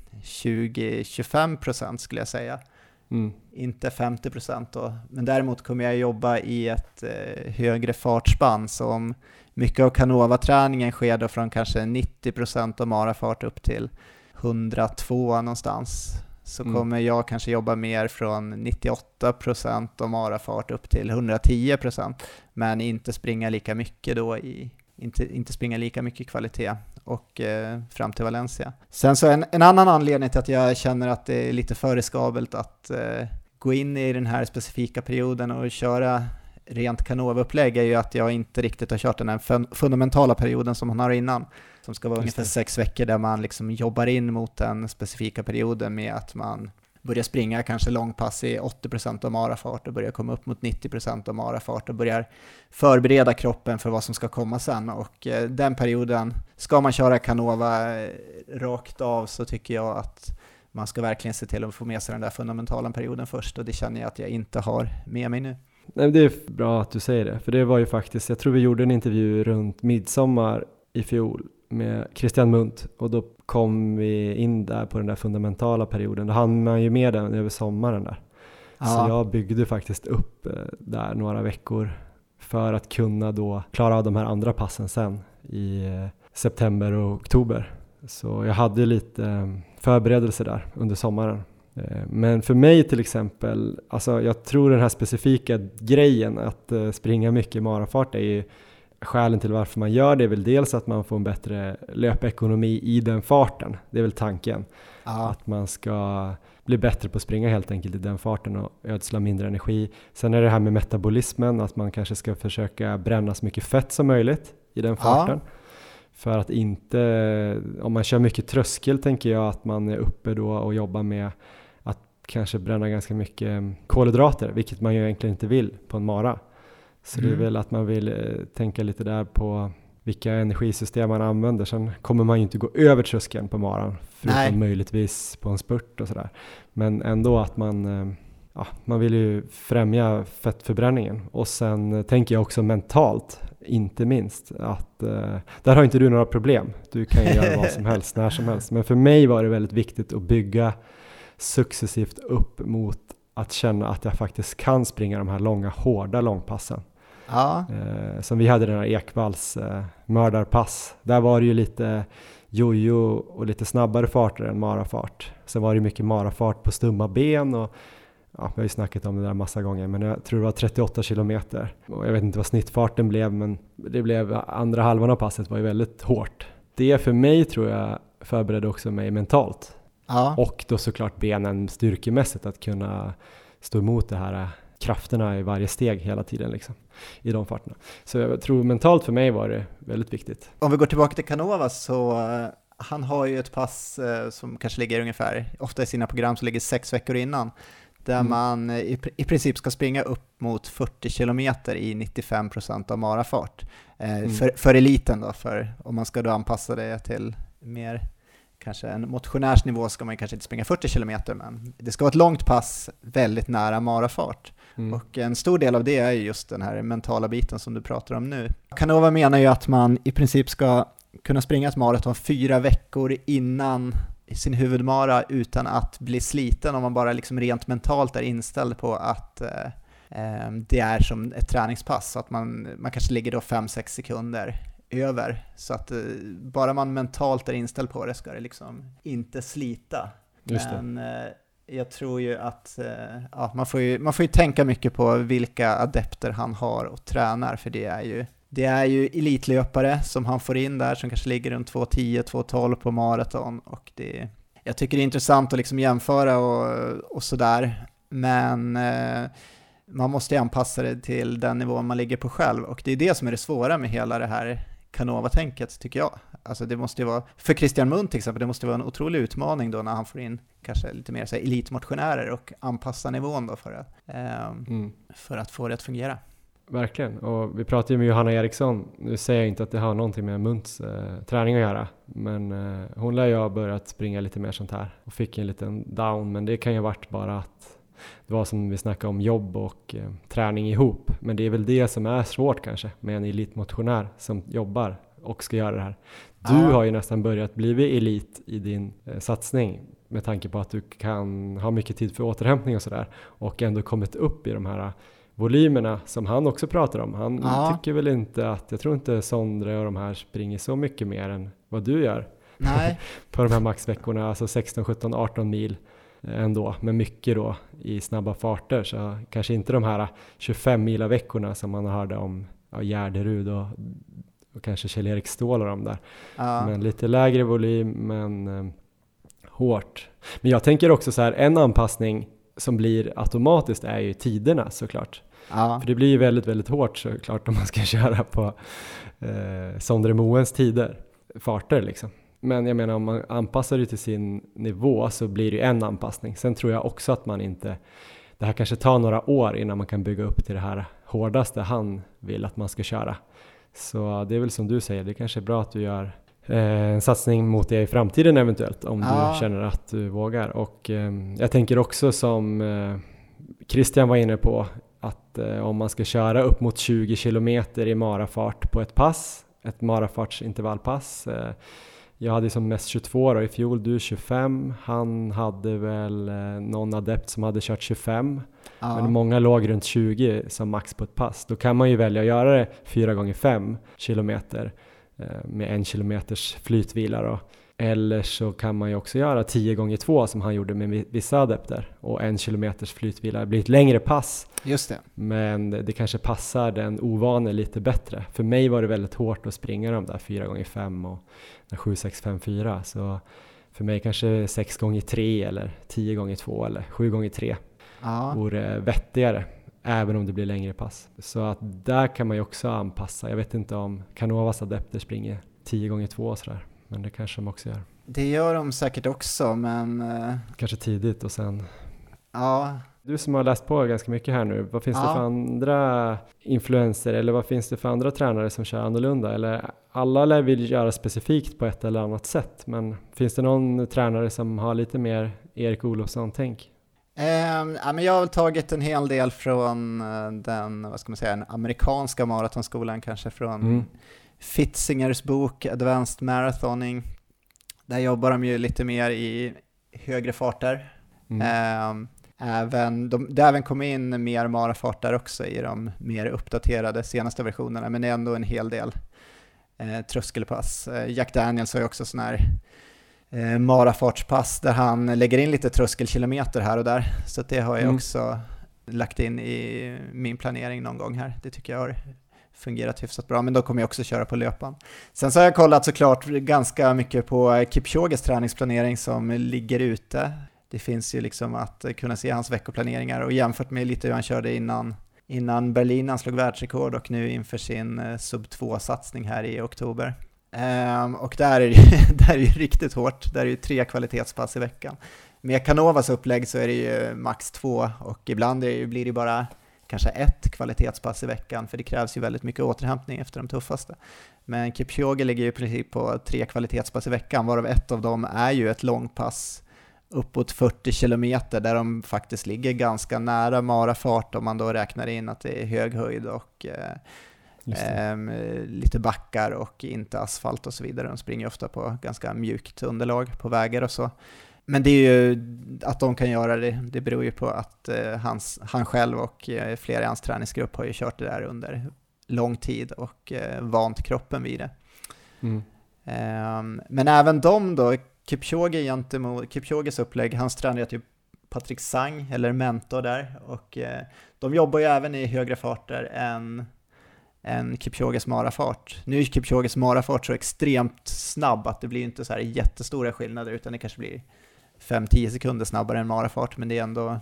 tjugo till tjugofem procent skulle jag säga. Mm. Inte femtio procent då. Men däremot kommer jag jobba i ett eh, högre fartspann, som mycket av Canova-träningen sker då från kanske nittio procent av marafart upp till hundratvå någonstans. Så mm. kommer jag kanske jobba mer från nittioåtta procent av marafart upp till hundratio procent, men inte springa lika mycket då i Inte, inte springa lika mycket kvalitet och eh, fram till Valencia. Sen så en, en annan anledning till att jag känner att det är lite för riskabelt att eh, gå in i den här specifika perioden och köra rent Canova-upplägg är ju att jag inte riktigt har kört den här fun- fundamentala perioden som man har innan, som ska vara ungefär sex veckor där man liksom jobbar in mot den specifika perioden med att man börjar springa kanske långpass i åttio procent av marafart och börjar komma upp mot nittio procent av marafart och börjar förbereda kroppen för vad som ska komma sen. Och eh, den perioden, ska man köra Canova eh, rakt av, så tycker jag att man ska verkligen se till att få med sig den där fundamentala perioden först, och det känner jag att jag inte har med mig nu. Nej, det är bra att du säger det, för det var ju faktiskt, jag tror vi gjorde en intervju runt midsommar i fjol med Christian Munt, och då kom vi in där på den där fundamentala perioden. Då hann man ju med den över sommaren där. Ja. Så jag byggde faktiskt upp där några veckor för att kunna då klara av de här andra passen sen i september och oktober. Så jag hade lite förberedelser där under sommaren. Men för mig till exempel, alltså jag tror den här specifika grejen att springa mycket marafart är ju skälen till varför man gör det, är väl dels att man får en bättre löpekonomi i den farten. Det är väl tanken. Aha. Att man ska bli bättre på att springa helt enkelt i den farten och ödsla mindre energi. Sen är det här med metabolismen, att man kanske ska försöka bränna så mycket fett som möjligt i den farten. Ja. För att inte, om man kör mycket tröskel, tänker jag att man är uppe då och jobbar med att kanske bränna ganska mycket kolhydrater, vilket man ju egentligen inte vill på en mara. Så mm. det är väl att man vill eh, tänka lite där på vilka energisystem man använder. Sen kommer man ju inte gå över tröskeln på maran, förutom Nej. möjligtvis på en spurt och sådär. Men ändå att man, eh, ja, man vill ju främja fettförbränningen. Och sen eh, tänker jag också mentalt, inte minst, att eh, där har inte du några problem. Du kan ju göra vad som helst, när som helst. Men för mig var det väldigt viktigt att bygga successivt upp mot att känna att jag faktiskt kan springa de här långa, hårda långpassen. Ja. Eh, som vi hade den här Ekvalls eh, mördarpass. Där var det ju lite jojo och lite snabbare farter än marafart. Sen var det mycket marafart på stumma ben och ja, vi har ju snackat om det där massa gånger, men jag tror det var trettioåtta kilometer. Och jag vet inte vad snittfarten blev, men det blev andra halvan av passet var ju väldigt hårt. Det för mig tror jag förberedde också mig mentalt. Ja. Och då såklart benen styrkemässigt, att kunna stå emot det här krafterna i varje steg hela tiden liksom, i de farterna. Så jag tror mentalt för mig var det väldigt viktigt. Om vi går tillbaka till Canova, så uh, han har ju ett pass uh, som kanske ligger ungefär, ofta i sina program så ligger sex veckor innan. där Mm. man i, i princip ska springa upp mot fyrtio kilometer i nittiofem procent av marafart. Eh, Mm. för, för eliten då, för om man ska då anpassa det till mer kanske en motionärsnivå ska man kanske inte springa fyrtio kilometer, men det ska vara ett långt pass väldigt nära marafart. Mm. Och en stor del av det är just den här mentala biten som du pratar om nu. Canova menar ju att man i princip ska kunna springa ett maraton fyra veckor innan sin huvudmara utan att bli sliten, om man bara liksom rent mentalt är inställd på att eh, eh, det är som ett träningspass, så att man, man kanske ligger då fem sex sekunder över, så att eh, bara man mentalt är inställd på det ska det liksom inte slita. Just det. Men eh, jag tror ju att eh, ja, man, får ju, man får ju tänka mycket på vilka adepter han har och tränar, för det är ju Det är ju elitlöpare som han får in där som kanske ligger runt två tio två tolv på maraton, och det, jag tycker det är intressant att liksom jämföra och, och sådär, men eh, man måste ju anpassa det till den nivån man ligger på själv, och det är det som är det svåra med hela det här Canova-tänket, tycker jag. Alltså det måste ju vara, för Christian Munt till exempel, det måste vara en otrolig utmaning då när han får in kanske lite mer så här elitmotionärer och anpassa nivån då för att, eh, Mm. för att få det att fungera. Verkligen, och vi pratade ju med Johanna Eriksson. Nu säger jag inte att det har någonting med Munts eh, träning att göra, men eh, hon lär ju ha börjat springa lite mer sånt här och fick en liten down, men det kan ju ha varit bara att det var som vi snackade om, jobb och eh, träning ihop. Men det är väl det som är svårt kanske med en elitmotionär som jobbar och ska göra det här. Du Ja. har ju nästan börjat bli elit i din eh, satsning med tanke på att du kan ha mycket tid för återhämtning och sådär, och ändå kommit upp i de här volymerna som han också pratar om. Han Ja. tycker väl inte att, jag tror inte Sondre och de här springer så mycket mer än vad du gör Nej. på de här maxveckorna, alltså sexton, sjutton, arton mil ändå, med mycket då i snabba farter, så kanske inte de här tjugofem mila veckorna som man hörde om ja, Gärderud och, och kanske Kjell-Erik Ståhl och de där. Ja. Men lite lägre volym, men eh, hårt. Men jag tänker också så här, en anpassning som blir automatiskt är ju tiderna såklart. Ja. För det blir ju väldigt, väldigt hårt såklart om man ska köra på eh, Sondre Moens tider, farter liksom. Men jag menar, om man anpassar det till sin nivå så blir det ju en anpassning. Sen tror jag också att man inte, det här kanske tar några år innan man kan bygga upp till det här hårdaste han vill att man ska köra. Så det är väl som du säger, det kanske är bra att du gör eh, en satsning mot det i framtiden eventuellt, om Ja. du känner att du vågar. Och eh, jag tänker också som eh, Christian var inne på, att eh, om man ska köra upp mot tjugo kilometer i marafart på ett pass, ett marafartsintervallpass. Eh, jag hade som mest tjugotvå då i fjol, du tjugofem. Han hade väl eh, någon adept som hade kört tjugofem. Ja. Men många låg runt tjugo som max på ett pass. Då kan man ju välja att göra det fyra gånger fem kilometer eh, med en kilometers flytvila då. Eller så kan man ju också göra tio gånger två som han gjorde med vissa adepter. Och en kilometers flytvila. Det blir ett längre pass. Just det. Men det kanske passar den ovane lite bättre. För mig var det väldigt hårt att springa de där fyra gånger fem och sju sex fem fyra. Så för mig kanske sex gånger tre eller tio gånger två eller sju gånger tre Ja. vore vettigare. Även om det blir längre pass. Så att där kan man ju också anpassa. Jag vet inte om Canovas adepter springer tio gånger två och sådär. Men det kanske de också gör. Det gör de säkert också, men eh, Kanske tidigt och sen... ja. Du som har läst på ganska mycket här nu, vad finns Ja. det för andra influenser eller vad finns det för andra tränare som kör annorlunda? Eller alla lär vill göra specifikt på ett eller annat sätt, men finns det någon tränare som har lite mer Erik Olofsson-tänk? Eh, ja, men jag har väl tagit en hel del från eh, den, vad ska man säga, den amerikanska maratonskolan, kanske från Mm. Fitzingers bok Advanced Marathoning. Där jobbar de ju lite mer i högre farter. Mm. Eh, även, de, det har även kommit in mer marafart där också i de mer uppdaterade senaste versionerna, men det är ändå en hel del eh, tröskelpass. Eh, Jack Daniels har ju också sån här eh, marafartspass där han lägger in lite tröskelkilometer här och där, så att det har jag Mm. också lagt in i min planering någon gång här. Det tycker jag har fungerat hyfsat bra, men då kommer jag också köra på löpan. Sen så har jag kollat såklart ganska mycket på Kipchoges träningsplanering som ligger ute. Det finns ju liksom att kunna se hans veckoplaneringar, och jämfört med lite hur han körde innan, innan Berlin, han slog världsrekord, och nu inför sin eh, sub två-satsning här i oktober. Ehm, och där är, det, där är det ju riktigt hårt, där är det ju tre kvalitetspass i veckan. med Canovas upplägg så är det ju max två och ibland är det, blir det bara kanske ett kvalitetspass i veckan, för det krävs ju väldigt mycket återhämtning efter de tuffaste. Men Kipchoge ligger ju i princip på tre kvalitetspass i veckan, varav ett av dem är ju ett långpass uppåt fyrtio kilometer där de faktiskt ligger ganska nära marafart om man då räknar in att det är hög höjd och eh, eh, lite backar och inte asfalt och så vidare. De springer ofta på ganska mjukt underlag på vägar och så. Men det är ju att de kan göra det, det beror ju på att eh, hans, han själv och eh, flera i hans träningsgrupp har ju kört det där under lång tid och eh, vant kroppen vid det. Mm. Eh, men även de då, Kipchoge gentemot Kipchoges upplägg, hans tränare är typ Patrick Sang eller mentor där, och eh, de jobbar ju även i högre farter än, än Kipchoges marafart. Nu är Kipchoges marafart så extremt snabb att det blir inte så här jättestora skillnader, utan det kanske blir fem till tio sekunder snabbare än marafart, men det är ändå,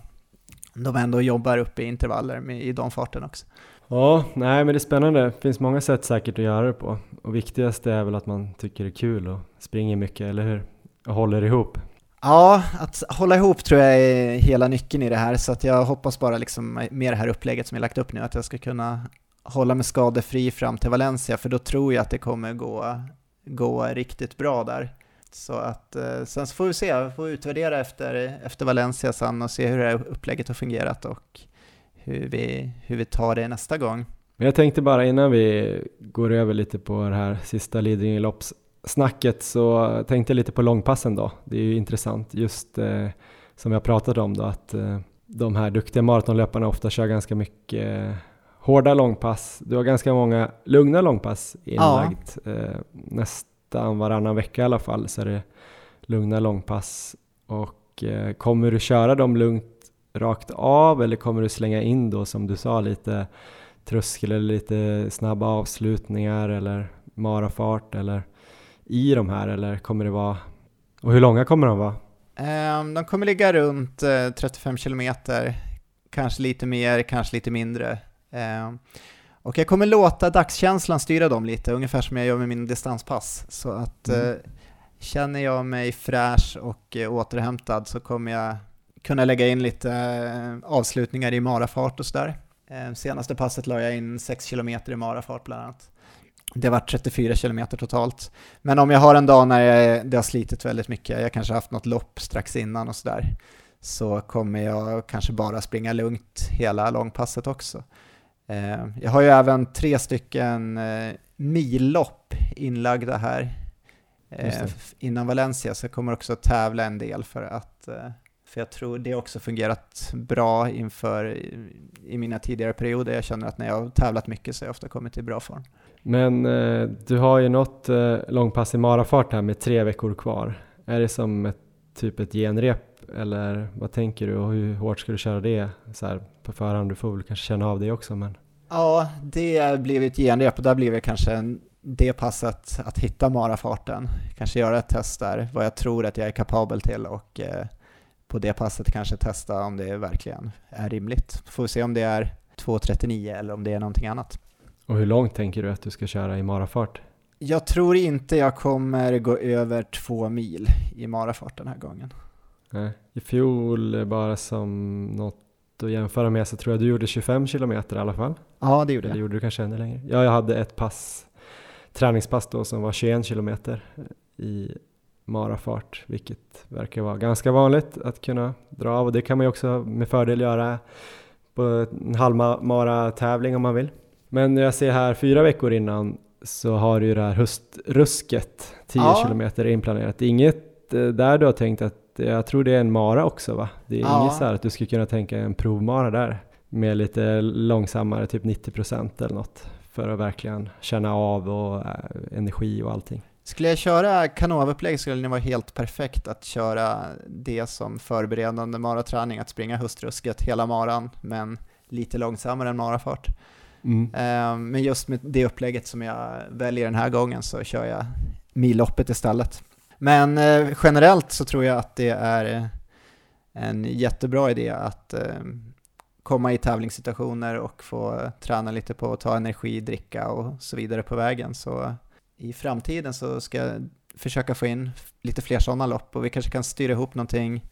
de ändå jobbar uppe i intervaller med, i de farten också. Ja, nej men det är spännande. Det finns många sätt säkert att göra det på, och viktigast är väl att man tycker det är kul och springer mycket, eller hur? Och håller ihop. Ja, att hålla ihop tror jag är hela nyckeln i det här, så att jag hoppas bara liksom med det här upplägget som jag lagt upp nu att jag ska kunna hålla mig skadefri fram till Valencia, för då tror jag att det kommer gå, gå riktigt bra där. Så att sen så får vi se, vi får utvärdera efter, efter Valencia sen och se hur det här upplägget har fungerat och hur vi, hur vi tar det nästa gång. Men jag tänkte bara innan vi går över lite på det här sista Lidingö-loppssnacket, så tänkte jag lite på långpassen då. Det är ju intressant just eh, som jag pratat om då, att eh, de här duktiga maratonlöparna ofta kör ganska mycket eh, hårda långpass. Du har ganska många lugna långpass inlagt. Ja. Eh, nästan varannan vecka i alla fall så är det lugna långpass. Och eh, kommer du köra dem lugnt rakt av, eller kommer du slänga in då som du sa lite tröskel eller lite snabba avslutningar eller marafart eller i de här, eller kommer det vara, och hur långa kommer de vara? Um, de kommer ligga runt uh, trettiofem kilometer, kanske lite mer, kanske lite mindre. Um, och jag kommer låta dagskänslan styra dem lite, ungefär som jag gör med min distanspass. Så att mm. uh, känner jag mig fräsch och uh, återhämtad så kommer jag kunna lägga in lite uh, avslutningar i marafart och sådär. Uh, senaste passet la jag in sex kilometer i marafart bland annat. Det var trettiofyra kilometer totalt. Men om jag har en dag när jag, det har slitit väldigt mycket, jag kanske haft något lopp strax innan och sådär, så kommer jag kanske bara springa lugnt hela långpasset också. Eh, jag har ju även tre stycken eh, millopp inlagda här eh, innan Valencia, så jag kommer också tävla en del för att eh, för jag tror det också fungerat bra inför i, i mina tidigare perioder. Jag känner att när jag har tävlat mycket så har jag ofta kommit i bra form. Men eh, du har ju något eh, långpass i marafart här med tre veckor kvar. Är det som ett typ ett genrep, eller vad tänker du, och hur hårt ska du köra det så här på förhand? Du får väl kanske känna av det också. Men... Ja, det blir ett genrep och där blir det kanske en, det passet att hitta marafarten. Kanske göra ett test där, vad jag tror att jag är kapabel till, och eh, på det passet kanske testa om det verkligen är rimligt. Får vi se om det är två trettionio eller om det är någonting annat. Och hur långt tänker du att du ska köra i marafart? Jag tror inte jag kommer gå över två mil i marafart den här gången. Nej. I fjol, bara som något att jämföra med, så tror jag du gjorde tjugofem kilometer i alla fall. Ja, det gjorde Eller jag. gjorde du kanske ännu längre? Ja, jag hade ett pass, träningspass då, som var tjugoen kilometer i marafart, vilket verkar vara ganska vanligt att kunna dra av, och det kan man ju också med fördel göra på en halvmara-tävling om man vill. Men jag ser här fyra veckor innan så har du ju det här höstrusket tio ja. kilometer inplanerat. Det är inget där du har tänkt att, jag tror det är en mara också va? Det är ja. inget så här att du skulle kunna tänka en provmara där med lite långsammare, typ nittio procent eller något, för att verkligen känna av och äh, energi och allting. Skulle jag köra kanovupplägg skulle det vara helt perfekt att köra det som förberedande maraträning, att springa höstrusket hela maran men lite långsammare än marafart. Mm. Um, men just med det upplägget som jag väljer den här gången så kör jag milloppet istället. Men uh, generellt så tror jag att det är en jättebra idé att uh, komma i tävlingssituationer och få träna lite på att ta energi, dricka och så vidare på vägen. Så i framtiden så ska jag försöka få in lite fler sådana lopp, och vi kanske kan styra ihop någonting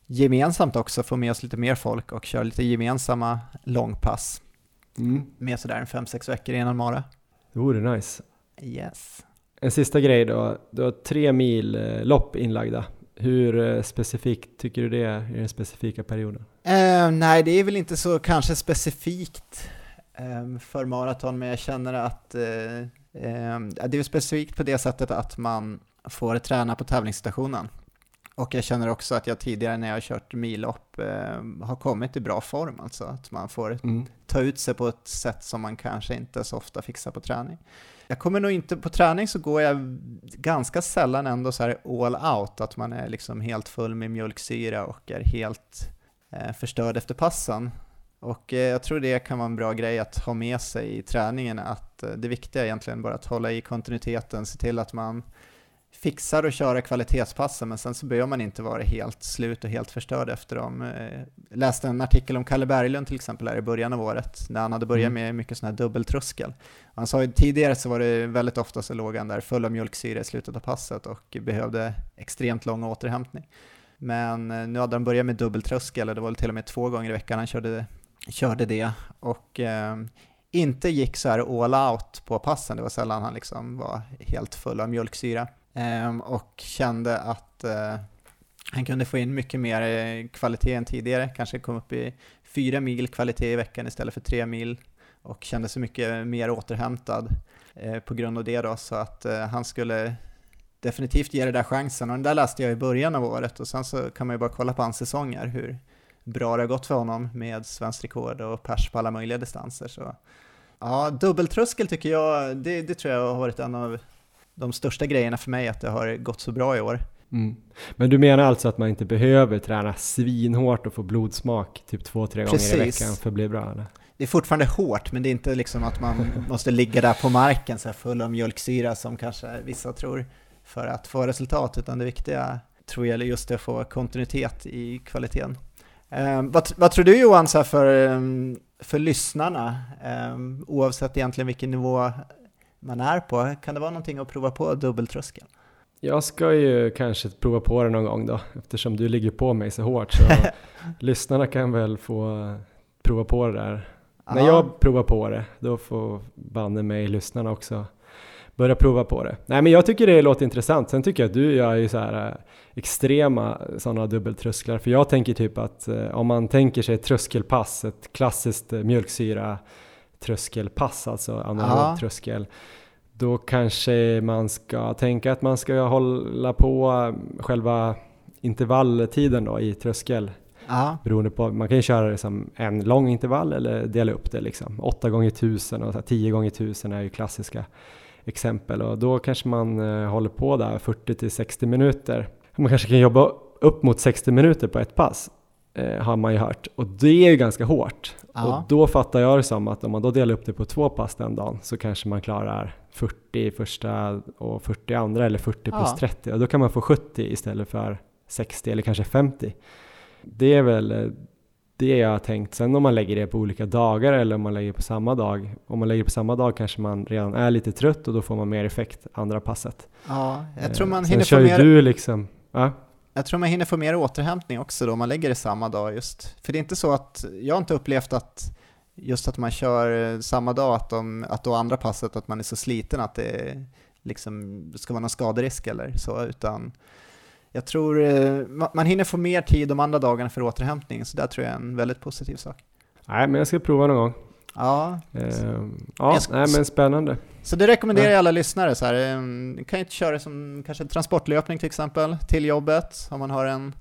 gemensamt också få med oss lite mer folk och köra lite gemensamma långpass Mm. med sådär en fem sex veckor innan Mara. Det vore nice. Yes. En sista grej då. Du har tre mil eh, lopp inlagda. Hur eh, specifikt tycker du det är i den specifika perioden? Eh, nej, det är väl inte så kanske specifikt eh, för maraton, men jag känner att eh, eh, det är specifikt på det sättet att man får träna på tävlingsstationen. Och jag känner också att jag tidigare när jag har kört millopp eh, har kommit i bra form. Alltså att man får Mm. ta ut sig på ett sätt som man kanske inte så ofta fixar på träning. Jag kommer nog inte, på träning så går jag ganska sällan ändå så här all out, att man är liksom helt full med mjölksyra och är helt eh, förstörd efter passen. Och eh, jag tror det kan vara en bra grej att ha med sig i träningen, att eh, det viktiga är egentligen bara att hålla i kontinuiteten, se till att man fixar och köra kvalitetspassen, men sen så behöver man inte vara helt slut och helt förstörd efter dem. Jag läste en artikel om Kalle Berglund till exempel här i början av året, när han hade börjat Mm. med mycket sån här dubbeltröskel. Han sa ju tidigare så var det väldigt ofta så låg han där full av mjölksyra i slutet av passet och behövde extremt lång återhämtning. Men nu hade han börjat med dubbeltröskel, och det var till och med två gånger i veckan han körde, körde det. Och eh, inte gick så här all out på passen, det var sällan han liksom var helt full av mjölksyra. Um, och kände att uh, han kunde få in mycket mer uh, kvalitet än tidigare, kanske kom upp i fyra mil kvalitet i veckan istället för tre mil, och kände sig mycket mer återhämtad uh, på grund av det då, så att uh, han skulle definitivt ge det där chansen. Och den där läste jag i början av året, och sen så kan man ju bara kolla på hans säsonger hur bra det har gått för honom med svensk rekord och pers på alla möjliga distanser. Så ja, dubbeltröskel tycker jag, det, det tror jag har varit en av de största grejerna för mig, att det har gått så bra i år. Mm. Men du menar alltså att man inte behöver träna svinhårt och få blodsmak typ två, tre Precis. gånger i veckan för att bli bra? Eller? Det är fortfarande hårt, men det är inte liksom att man måste ligga där på marken så här full av mjölksyra som kanske vissa tror för att få resultat, utan det viktiga tror jag är just att få kontinuitet i kvaliteten. Eh, vad, vad tror du Johan så här för, för lyssnarna, eh, oavsett egentligen vilken nivå man är på, kan det vara någonting att prova på dubbeltröskeln? Jag ska ju kanske prova på det någon gång då, eftersom du ligger på mig så hårt, så lyssnarna kan väl få prova på det där. Ja. När jag provar på det, då får banne mig lyssnarna också börja prova på det. Nej, men jag tycker det låter intressant. Sen tycker jag att du gör ju så här äh, extrema sådana dubbeltrösklar, för jag tänker typ att äh, om man tänker sig ett tröskelpass, ett klassiskt äh, mjölksyra tröskelpass, alltså anaerob tröskel, då kanske man ska tänka att man ska hålla på själva intervalltiden då i tröskel. Ja. Beroende på, man kan ju köra det som en lång intervall eller dela upp det liksom. åtta gånger tusen och så här, tio gånger tusen är ju klassiska exempel, och då kanske man eh, håller på där fyrtio till sextio minuter. Man kanske kan jobba upp mot sextio minuter på ett pass. Eh, har man ju hört, och det är ju ganska hårt. Ja. Och då fattar jag det som att om man då delar upp det på två pass den dagen, så kanske man klarar fyrtio första och fyrtio andra, eller fyrtio plus Ja. trettio, och då kan man få sjuttio istället för sextio eller kanske femtio. Det är väl det jag har tänkt. Sen om man lägger det på olika dagar eller om man lägger på samma dag, om man lägger på samma dag kanske man redan är lite trött, och då får man mer effekt andra passet. Ja, jag tror man Eh, hinner Sen få kör ju mer... du liksom, ja. Jag tror man hinner få mer återhämtning också då om man lägger det samma dag just. För det är inte så att, jag har inte upplevt att just att man kör samma dag, att, de, att då andra passet att man är så sliten att det liksom ska vara någon skaderisk eller så, utan jag tror eh, man, man hinner få mer tid de andra dagarna för återhämtning, så där tror jag är en väldigt positiv sak. Nej, men jag ska prova någon gång. Ja, Eh, ja, Jag- nej, men spännande. så det rekommenderar Ja. jag alla lyssnare så här. eh, kan ju inte köra som kanske en transportlöpning till exempel till jobbet, om man har en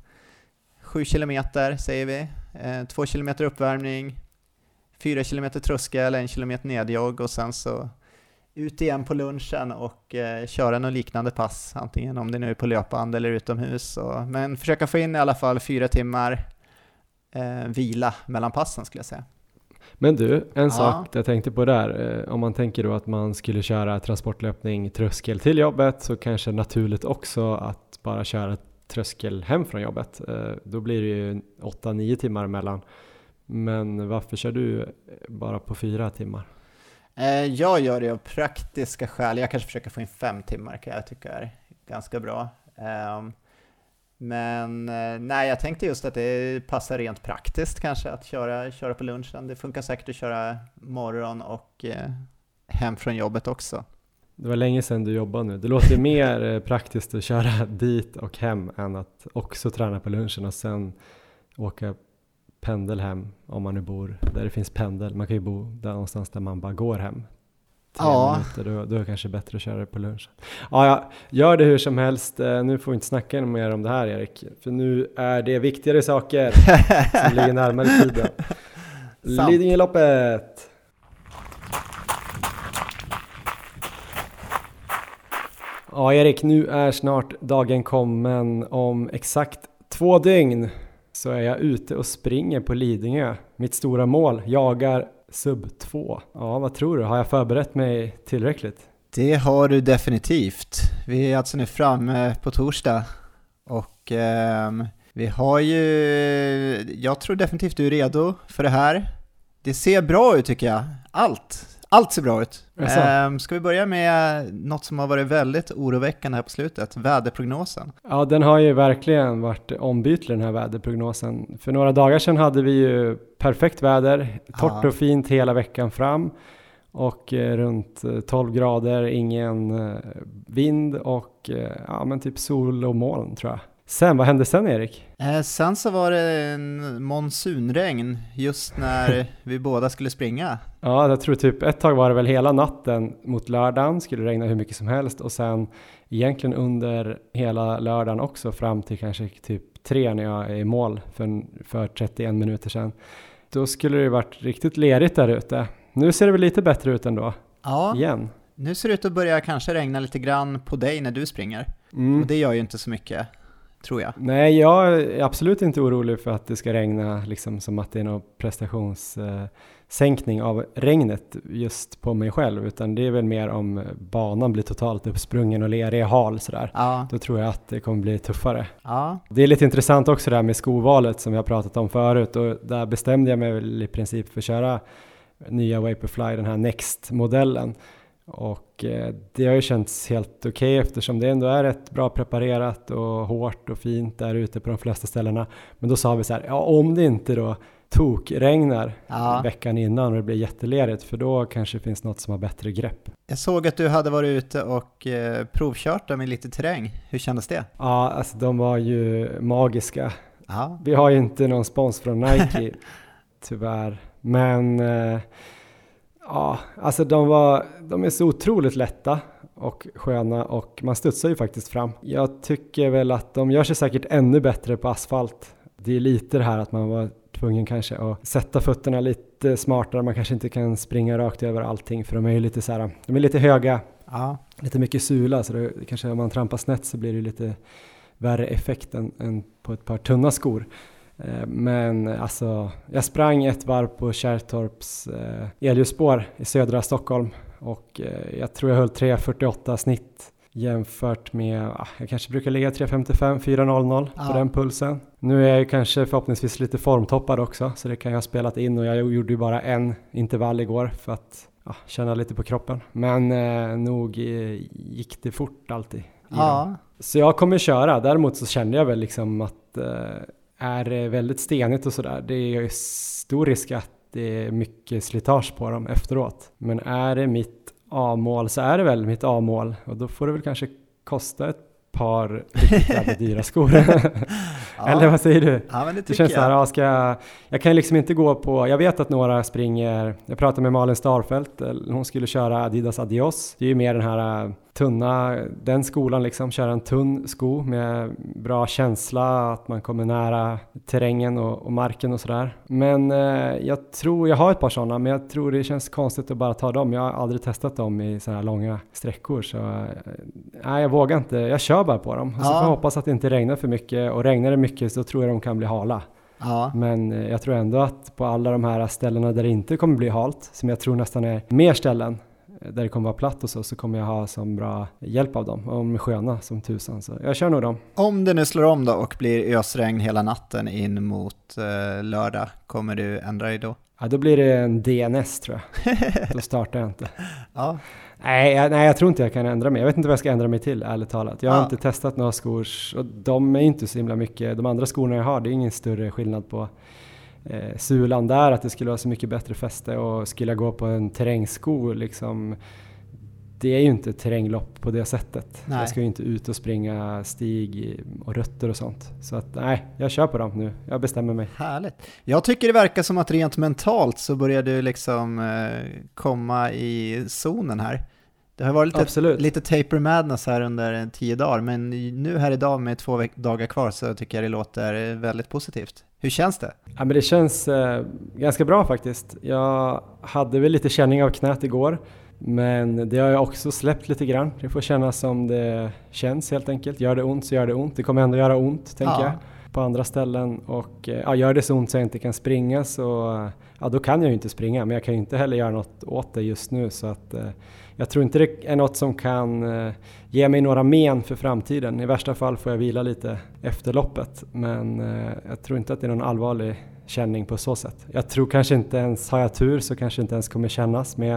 sju kilometer säger vi, eh, två kilometer uppvärmning, fyra kilometer tröskel, en kilometer nedjogg, och sen så ut igen på lunchen och eh, köra något liknande pass, antingen om det nu är på löpband eller utomhus. Och, men försöka få in i alla fall fyra timmar eh, vila mellan passen skulle jag säga. Men du, en Ja. sak jag tänkte på där, eh, om man tänker då att man skulle köra transportlöpning tröskel till jobbet, så kanske naturligt också att bara köra tröskel hem från jobbet. Eh, då blir det ju åtta nio timmar emellan. Men varför kör du bara på fyra timmar? Eh, jag gör det av praktiska skäl. Jag kanske försöker få in fem timmar, kan jag tycka är ganska bra. Eh, Men eh, nej, jag tänkte just att det passar rent praktiskt kanske att köra, köra på lunchen. Det funkar säkert att köra morgon och eh, hem från jobbet också. Det var länge sedan du jobbade nu. Det låter mer eh, praktiskt att köra dit och hem än att också träna på lunchen och sen åka pendel hem om man nu bor där det finns pendel. Man kan ju bo där någonstans där man bara går hem. Tre Ja. minuter, då, då är det kanske bättre att köra på lunchen. Ja, ja, gör det hur som helst. Eh, Nu får vi inte snacka mer om det här, Erik. För nu är det viktigare saker som ligger närmare tiden. Sant. Lidingöloppet! Ja, Erik, nu är snart dagen kommen. Om exakt två dygn så är jag ute och springer på Lidingö. Mitt stora mål, jagar sub två. Ja, vad tror du? Har jag förberett mig tillräckligt? Det har du definitivt. Vi är alltså nu framme på torsdag och ehm, vi har ju, jag tror definitivt du är redo för det här. Det ser bra ut tycker jag. Allt. Allt ser bra ut. Jaså? Ehm, ska vi börja med något som har varit väldigt oroväckande här på slutet? Väderprognosen. Ja, den har ju verkligen varit ombytlig, den här väderprognosen. För några dagar sedan hade vi ju perfekt väder, torrt Ja. och fint hela veckan fram. Och eh, runt eh, tolv grader, ingen eh, vind och eh, ja, men typ sol och moln tror jag. Sen, vad hände sen, Erik? Eh, sen så var det en monsunregn just när vi båda skulle springa. Ja, jag tror typ ett tag var det väl hela natten mot lördagen, skulle regna hur mycket som helst. Och sen egentligen under hela lördagen också fram till kanske typ tre när jag är i mål för, för trettioen minuter sedan. Då skulle det ju varit riktigt lerigt där ute. Nu ser det väl lite bättre ut ändå, Ja, igen. nu ser det ut att börja kanske regna lite grann på dig när du springer. Mm. Och det gör ju inte så mycket, tror jag. Nej, jag är absolut inte orolig för att det ska regna liksom som att det är någon prestationssänkning av regnet just på mig själv, utan det är väl mer om banan blir totalt uppsprungen och lerig hal sådär. Ja, Då tror jag att det kommer bli tuffare. ja, Det är lite intressant också det här med skovalet som vi har pratat om förut, och där bestämde jag mig väl i princip för att köra nya Vaporfly, den här Next-modellen. Och eh, det har ju känts helt okej okay, eftersom det ändå är rätt bra preparerat och hårt och fint där ute på de flesta ställena. Men då sa vi så här, ja, om det inte då tokregnar ja. veckan innan och det blir jättelerigt, för då kanske det finns något som har bättre grepp. Jag såg att du hade varit ute och eh, provkört med lite terräng. Hur kändes det? Ja, alltså de var ju magiska. Ja, Vi har ju inte någon spons från Nike, tyvärr. Men eh, ja, alltså de, var, de är så otroligt lätta och sköna och man studsar ju faktiskt fram. Jag tycker väl att de gör sig säkert ännu bättre på asfalt. Det är lite det här att man var tvungen kanske att sätta fötterna lite smartare. Man kanske inte kan springa rakt över allting, för de är ju lite så här, de är lite höga, ja, lite mycket sula, så det, kanske om man trampar snett så blir det lite värre effekt än, än på ett par tunna skor. Men alltså, jag sprang ett varv på Kärrtorps eh, elljusspår i södra Stockholm och eh, jag tror jag höll tre fyrtioåtta snitt jämfört med, ah, jag kanske brukar ligga tre femtiofem fyra noll noll Ja. på den pulsen. Nu är jag ju kanske förhoppningsvis lite formtoppad också, så det kan jag ha spelat in, och jag gjorde ju bara en intervall igår för att ja, känna lite på kroppen. Men eh, nog eh, gick det fort alltid. i dem. ja, Så jag kommer köra, däremot så kände jag väl liksom att eh, är det väldigt stenigt och sådär, det är ju stor risk att det är mycket slitage på dem efteråt. Men är det mitt A-mål så är det väl mitt A-mål, och då får det väl kanske kosta ett par riktigt jävla dyra skor. ja. Eller vad säger du? Ja, men det Det tycker känns så här, jag. ja, ska jag, jag kan ju liksom inte gå på, jag vet att några springer, jag pratade med Malin Starfelt, hon skulle köra Adidas Adios, det är ju mer den här tunna, den skolan liksom, köra en tunn sko med bra känsla, att man kommer nära terrängen och, och marken och sådär. Men eh, jag tror, jag har ett par sådana, men jag tror det känns konstigt att bara ta dem, jag har aldrig testat dem i sådana här långa sträckor, så eh, nej, jag vågar inte, jag kör bara på dem, och så Ja. får jag hoppas att det inte regnar för mycket, och regnar det mycket så tror jag de kan bli hala. Ja, Men eh, jag tror ändå att på alla de här ställena där det inte kommer bli halt, som jag tror nästan är mer ställen där det kommer vara platt och så, så kommer jag ha som bra hjälp av dem. Och de är sköna som tusan, så jag kör nog dem. Om det nu slår om då och blir ösregn hela natten in mot eh, lördag, kommer du ändra dig då? Ja, då blir det en D N S tror jag. Då startar jag inte. Ja. Nej jag, nej, jag tror inte jag kan ändra mig. Jag vet inte vad jag ska ändra mig till, ärligt talat. Jag har ja. inte testat några skor och de är inte så himla mycket. De andra skorna jag har, det är ingen större skillnad på eh, sulan där, att det skulle vara så mycket bättre fäste. Och skulle jag gå på en terrängsko liksom, det är ju inte terränglopp på det sättet. Nej. Jag ska ju inte ut och springa stig och rötter och sånt. Så att nej, jag kör på dem nu. Jag bestämmer mig. Härligt. Jag tycker det verkar som att rent mentalt så börjar du liksom eh, komma i zonen här. Det har varit lite, lite taper madness här under tio dagar, men nu här idag med två veck- dagar kvar så tycker jag det låter väldigt positivt. Hur känns det? Ja, men det känns eh, ganska bra faktiskt. Jag hade väl lite känning av knät igår. Men det har jag också släppt lite grann. Det får kännas som det känns helt enkelt. Gör det ont så gör det ont. Det kommer ändå göra ont, tänker ja. jag, på andra ställen. Och ja, gör det så ont så jag inte kan springa så ja, då kan jag ju inte springa. Men jag kan ju inte heller göra något åt det just nu. Så att eh, jag tror inte det är något som kan eh, ge mig några men för framtiden. I värsta fall får jag vila lite efter loppet. Men eh, jag tror inte att det är någon allvarlig känning på så sätt. Jag tror kanske inte ens, har jag tur så kanske inte ens kommer kännas med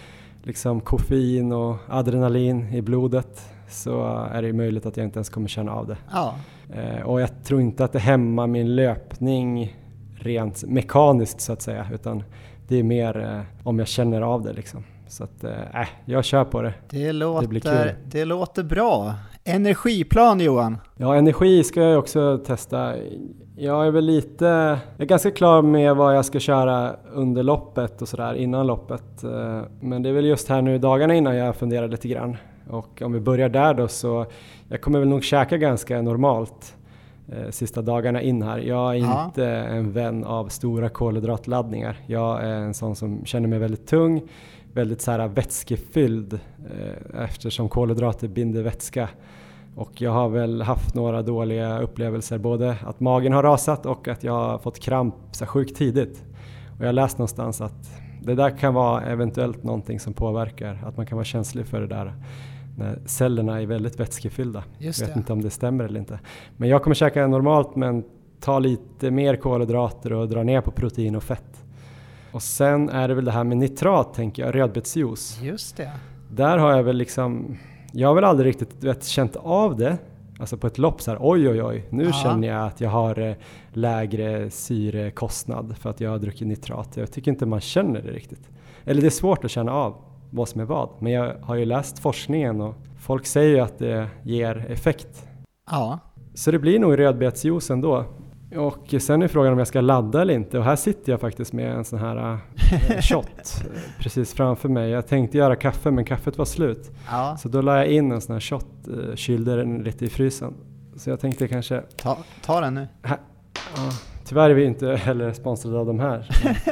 liksom koffein och adrenalin i blodet, så är det möjligt att jag inte ens kommer känna av det. Ja. Eh, och jag tror inte att det hämmar min löpning rent mekaniskt så att säga, utan det är mer eh, om jag känner av det liksom. Så att eh, jag kör på det. Det låter, det blir kul. Det låter bra. Energiplan, Johan? Ja, energi ska jag också testa. Jag är väl lite, jag är ganska klar med vad jag ska köra under loppet och sådär innan loppet. Men det är väl just här nu dagarna innan jag funderar lite grann. Och om vi börjar där då, så jag kommer väl nog käka ganska normalt eh, sista dagarna in här. Jag är ja. inte en vän av stora kolhydratladdningar. Jag är en sån som känner mig väldigt tung, väldigt så här vätskefylld eh, eftersom kolhydrater binder vätska. Och jag har väl haft några dåliga upplevelser, både att magen har rasat och att jag har fått kramp så sjukt tidigt. Och jag har läst någonstans att det där kan vara eventuellt någonting som påverkar, att man kan vara känslig för det där när cellerna är väldigt vätskefyllda. Just jag vet det. inte om det stämmer eller inte. Men jag kommer käka normalt, men ta lite mer kolhydrater och dra ner på protein och fett. Och sen är det väl det här med nitrat, tänker jag, rödbetsjuice. Just det. Där har jag väl liksom, jag har väl aldrig riktigt vet, känt av det. Alltså på ett lopp så här, oj oj oj, nu ja. känner jag att jag har eh, lägre syrekostnad för att jag har druckit nitrat. Jag tycker inte man känner det riktigt. Eller det är svårt att känna av vad som är vad. Men jag har ju läst forskningen och folk säger ju att det ger effekt. Ja. Så det blir nog rödbetsjuice ändå. Och sen är frågan om jag ska ladda eller inte. Och här sitter jag faktiskt med en sån här äh, shot precis framför mig. Jag tänkte göra kaffe, men kaffet var slut. Ja. Så då la jag in en sån här shot, äh, kylde den lite i frysen. Så jag tänkte kanske... Ta, ta den nu. Här, ja, tyvärr är vi inte heller sponsrade av de här.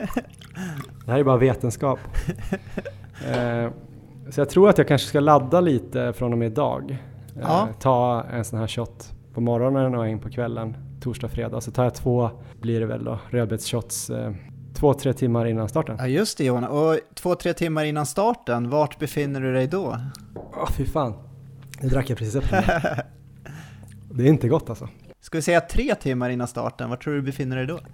Det här är bara vetenskap. äh, så jag tror att jag kanske ska ladda lite från och med idag. Äh, ja. Ta en sån här shot på morgonen och en på kvällen. Torsdag, fredag. Så tar jag två, blir det väl då, rödbetsshots eh, två, tre timmar innan starten. Ja just det, Johan. Och två, tre timmar innan starten, vart befinner du dig då? Åh oh, fy fan. Det drack jag precis upp. Det är inte gott alltså. Ska vi säga tre timmar innan starten, vart tror du befinner dig då?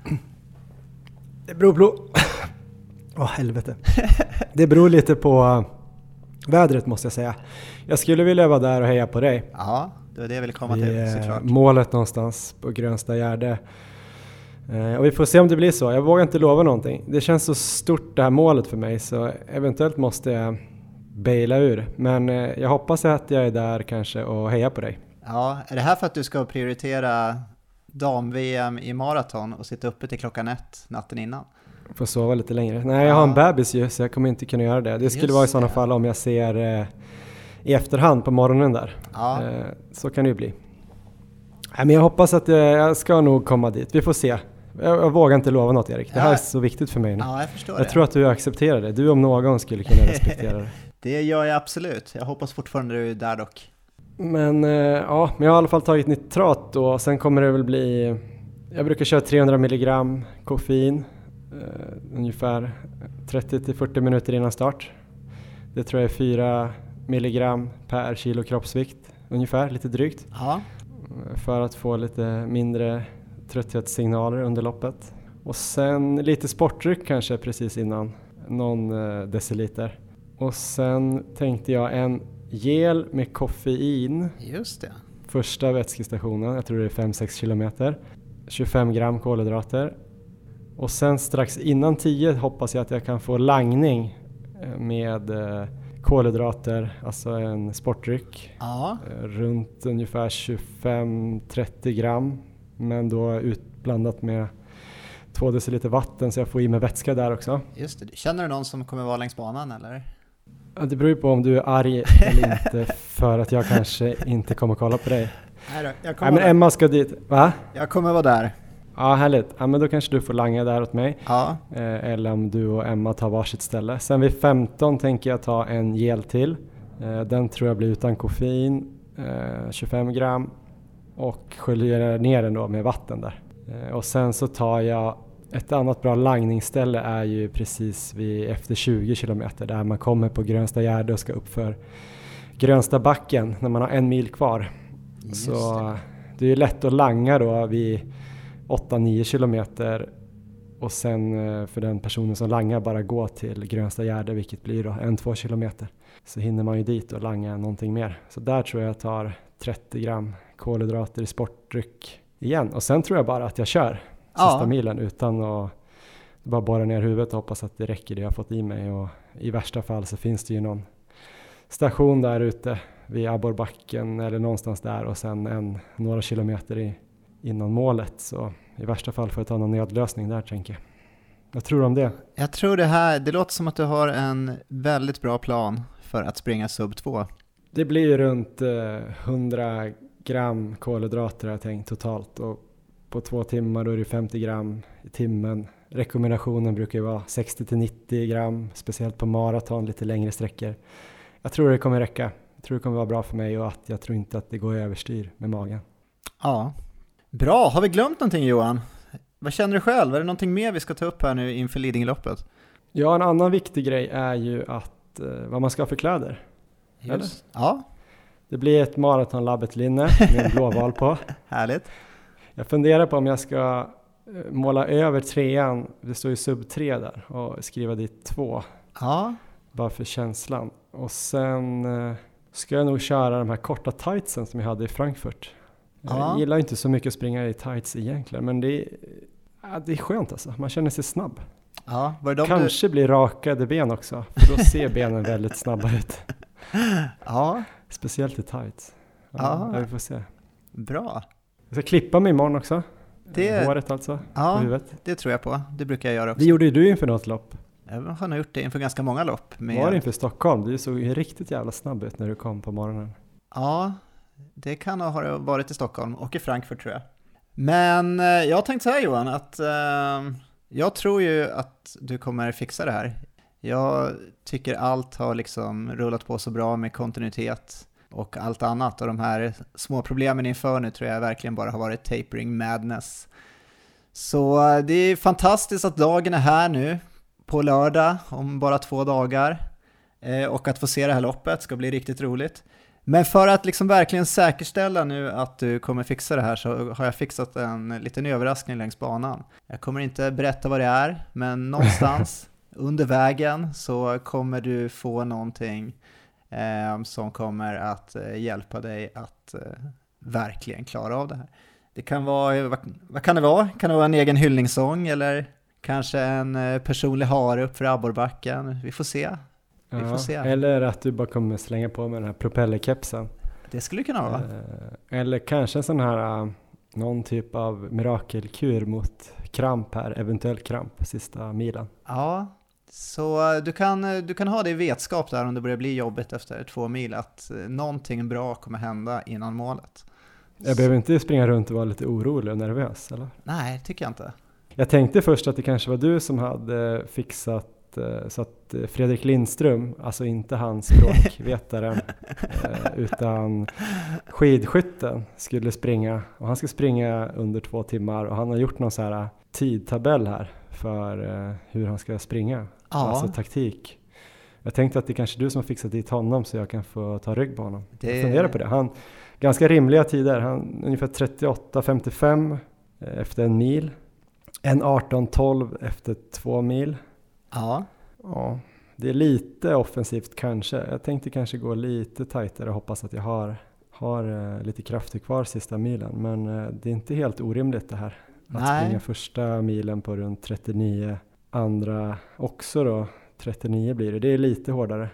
Det beror på... Åh oh, helvete. Det beror lite på vädret måste jag säga. Jag skulle vilja vara där och heja på dig. Ja. Det var det jag ville komma vi till, såklart. Målet någonstans på Grönsta Gärde. Eh, och vi får se om det blir så. Jag vågar inte lova någonting. Det känns så stort det här målet för mig, så eventuellt måste jag baila ur. Men eh, jag hoppas att jag är där kanske och heja på dig. Ja, är det här för att du ska prioritera dam-V M i maraton och sitta uppe till klockan ett natten innan? Får sova lite längre. Nej, jag ja. har en bebis ju, så jag kommer inte kunna göra det. Det skulle Just vara i sådana det. fall om jag ser... Eh, i efterhand på morgonen där. Ja. Eh, så kan det ju bli. Nej, men jag hoppas att jag, jag ska nog komma dit. Vi får se. Jag, jag vågar inte lova något, Erik. Det här ja. är så viktigt för mig nu. Ja, jag förstår jag det. tror att du accepterar det. Du om någon skulle kunna respektera det. Det gör jag absolut. Jag hoppas fortfarande du är där dock. Men eh, ja, men jag har i alla fall tagit nitrat då. Sen kommer det väl bli... Jag brukar köra trehundra milligram koffein. Eh, ungefär trettio till fyrtio minuter innan start. Det tror jag är fyra milligram per kilo kroppsvikt ungefär, lite drygt. Ja. För att få lite mindre trötthetssignaler under loppet. Och sen lite sportdryck kanske precis innan, någon deciliter. Och sen tänkte jag en gel med koffein. Just det. Första vätskestationen, jag tror det är fem sex kilometer. tjugofem gram kolhydrater. Och sen strax innan tio hoppas jag att jag kan få langning med kolhydrater, alltså en sportdryck. Ja. Runt ungefär tjugofem trettio gram. Men då utblandat med två deciliter vatten så jag får i mig vätska där också. Just det. Känner du någon som kommer vara längs banan eller? Ja, det beror ju på om du är arg eller inte för att jag kanske inte kommer kolla på dig. Nej då, jag kommer Nej, men där. Emma ska dit, va? Jag kommer vara där. Ja, härligt. Ja, men då kanske du får langa där åt mig. Ja. Eh, eller om du och Emma tar varsitt ställe. Sen vid femton tänker jag ta en gel till. Eh, den tror jag blir utan koffein. Eh, tjugofem gram. Och sköljer ner den då med vatten där. Eh, och sen så tar jag ett annat bra langningsställe är ju precis vid efter tjugo kilometer. Där man kommer på Grönsta Gärde och ska upp för Grönsta backen när man har en mil kvar. Just så det. det är ju lätt att langa då vid åtta nio kilometer och sen för den personen som langar bara gå till Grönsta Gärde, vilket blir då en två kilometer. Så hinner man ju dit och langa någonting mer. Så där tror jag tar trettio gram kolhydrater i sportdryck igen. Och sen tror jag bara att jag kör sista Ja. milen utan att bara borra ner huvudet och hoppas att det räcker det jag har fått i mig. Och i värsta fall så finns det ju någon station där ute vid Abborrbacken eller någonstans där och sen en, några kilometer i, innan målet. Så i värsta fall får jag ta någon nödlösning där, tänker jag. Vad tror du om det? Jag tror det här, det låter som att du har en väldigt bra plan för att springa sub två. Det blir ju runt eh, hundra gram kolhydrater har jag tänkt totalt och på två timmar då är det femtio gram i timmen. Rekommendationen brukar ju vara sextio till nittio gram, speciellt på maraton, lite längre sträckor. Jag tror det kommer räcka. Jag tror det kommer vara bra för mig och att jag tror inte att det går överstyr med magen. Ja. Bra, har vi glömt någonting Johan? Vad känner du själv? Är det någonting mer vi ska ta upp här nu inför Lidingöloppet? Ja, en annan viktig grej är ju att eh, vad man ska ha för kläder. Just. Ja, Det blir ett maratonlabbet-linne med en blåval på. härligt. Jag funderar på om jag ska eh, måla över trean, det står ju sub tre där, och skriva dit två. Ja, Bara för känslan. Och sen eh, ska jag nog köra de här korta tightsen som jag hade i Frankfurt. Jag Ja. gillar inte så mycket att springa i tights egentligen, men det är, ja, det är skönt alltså. Man känner sig snabb. ja. Var det de Kanske blir rakade ben också, för då ser benen väldigt snabba ut. du... Ja, Speciellt i tights. Ja, Ja. ja, vi får se. bra. Jag ska klippa mig imorgon också. Det- Håret alltså, på Ja, huvudet. det tror jag på. Det brukar jag göra också. Det gjorde ju du inför något lopp. Jag har nog gjort det inför ganska många lopp. Med... Var det inför Stockholm? Du såg ju riktigt jävla snabb ut när du kom på morgonen. Ja, det kan ha varit i Stockholm och i Frankfurt tror jag. Men eh, jag har tänkt så här Johan, att eh, jag tror ju att du kommer fixa det här. Jag tycker allt har liksom rullat på så bra med kontinuitet och allt annat. Och de här små problemen inför nu tror jag verkligen bara har varit tapering madness. Så eh, det är fantastiskt att dagen är här nu på lördag om bara två dagar. Eh, och att få se det här loppet ska bli riktigt roligt. Men för att liksom verkligen säkerställa nu att du kommer fixa det här så har jag fixat en liten överraskning längs banan. Jag kommer inte berätta vad det är, men någonstans under vägen så kommer du få någonting eh, som kommer att eh, hjälpa dig att eh, verkligen klara av det här. Det kan vara, vad, vad kan det vara? Kan det vara en egen hyllningssång eller kanske en eh, personlig hare upp för Abborrbacken? Vi får se. Vi får Ja, se. eller att du bara kommer slänga på med den här propellerkepsen. Det skulle kunna vara. Eh, eller kanske en sån här, uh, någon typ av mirakelkur mot kramp här, eventuell kramp sista milen. Ja, så du kan, du kan ha det i vetskap där om det börjar bli jobbigt efter två mil att någonting bra kommer hända innan målet. Jag behöver inte springa runt och vara lite orolig och nervös, eller? Nej, tycker jag inte. Jag tänkte först att det kanske var du som hade fixat så att Fredrik Lindström, alltså inte hans språkvetaren, utan skidskytten skulle springa. Och han ska springa under två timmar och han har gjort någon så här tidtabell här för hur han ska springa. Ja. Alltså taktik. Jag tänkte att det är kanske du som har fixat dit honom så jag kan få ta rygg på honom. Det... Jag funderar på det. Han, ganska rimliga tider. Han ungefär trettioåtta femtiofem efter en mil. En arton tolv efter två mil. Ja. Ja, det är lite offensivt kanske. Jag tänkte kanske gå lite tajtare och hoppas att jag har, har uh, lite krafter kvar sista milen. Men uh, det är inte helt orimligt det här. Att Nej. springa första milen på runt trettionio. Andra också då. trettionio blir det. Det är lite hårdare.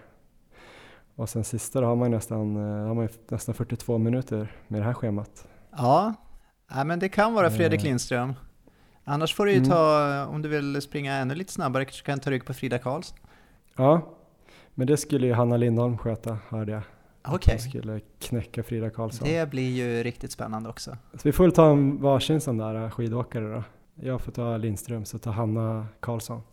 Och sen sista då har man nästan, uh, har man nästan fyrtiotvå minuter med det här schemat. Ja, ja men det kan vara Fredrik Lindström. Annars får du ju Mm. ta, om du vill springa ännu lite snabbare, kanske kan ta rygg på Frida Karlsson. Ja, men det skulle ju Hanna Lindholm sköta, hörde jag. Okej. Okay. Hon skulle knäcka Frida Karlsson. Det blir ju riktigt spännande också. Så vi får ta en varsin sån där skidåkare då. Jag får ta Lindström, så tar Hanna Karlsson.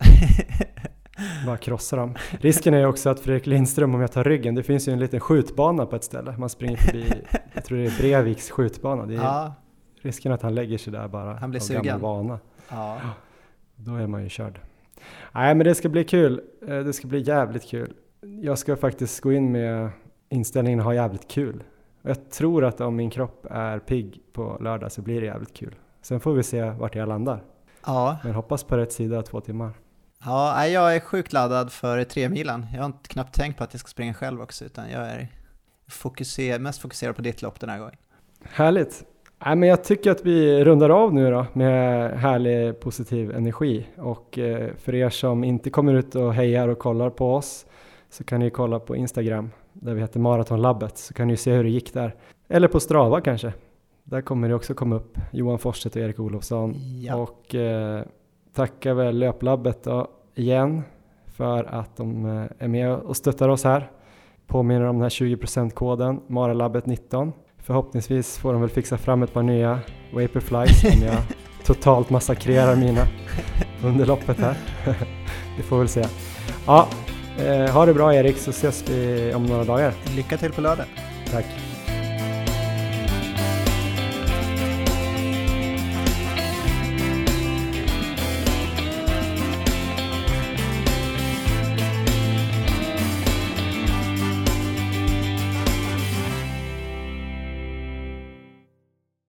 Bara krossa dem. Risken är också att Fredrik Lindström, om jag tar ryggen, det finns ju en liten skjutbana på ett ställe. Man springer förbi, jag tror det är Breviks skjutbana. Det är ja. Risken att han lägger sig där bara han blir av sugen. gammal vana. Ja. Då är man ju körd. Nej, men det ska bli kul. Det ska bli jävligt kul. Jag ska faktiskt gå in med inställningen att ha jävligt kul. Jag tror att om min kropp är pigg på lördag så blir det jävligt kul. Sen får vi se vart jag landar. Ja. Men hoppas på rätt sida två timmar. Ja, jag är sjukt laddad för tre milen. Jag har inte knappt tänkt på att jag ska springa själv också, utan jag är fokuser- mest fokuserad på ditt lopp den här gången. Härligt. Nej, men jag tycker att vi rundar av nu då med härlig positiv energi. Och eh, för er som inte kommer ut och hejar och kollar på oss så kan ni kolla på Instagram där vi heter Maratonlabbet, så kan ni se hur det gick där. Eller på Strava kanske. Där kommer det också komma upp Johan Forsstedt och Erik Olofsson. Ja. Och eh, tackar väl Löplabbet då igen för att de eh, är med och stöttar oss här. Påminner om den här tjugo procent-koden Maralabbet nitton. Förhoppningsvis får de väl fixa fram ett par nya Vaporflies om jag totalt massakrerar mina under loppet här. Det får vi väl se. Ja, eh, ha det bra Erik, så ses vi om några dagar. Lycka till på lördag. Tack.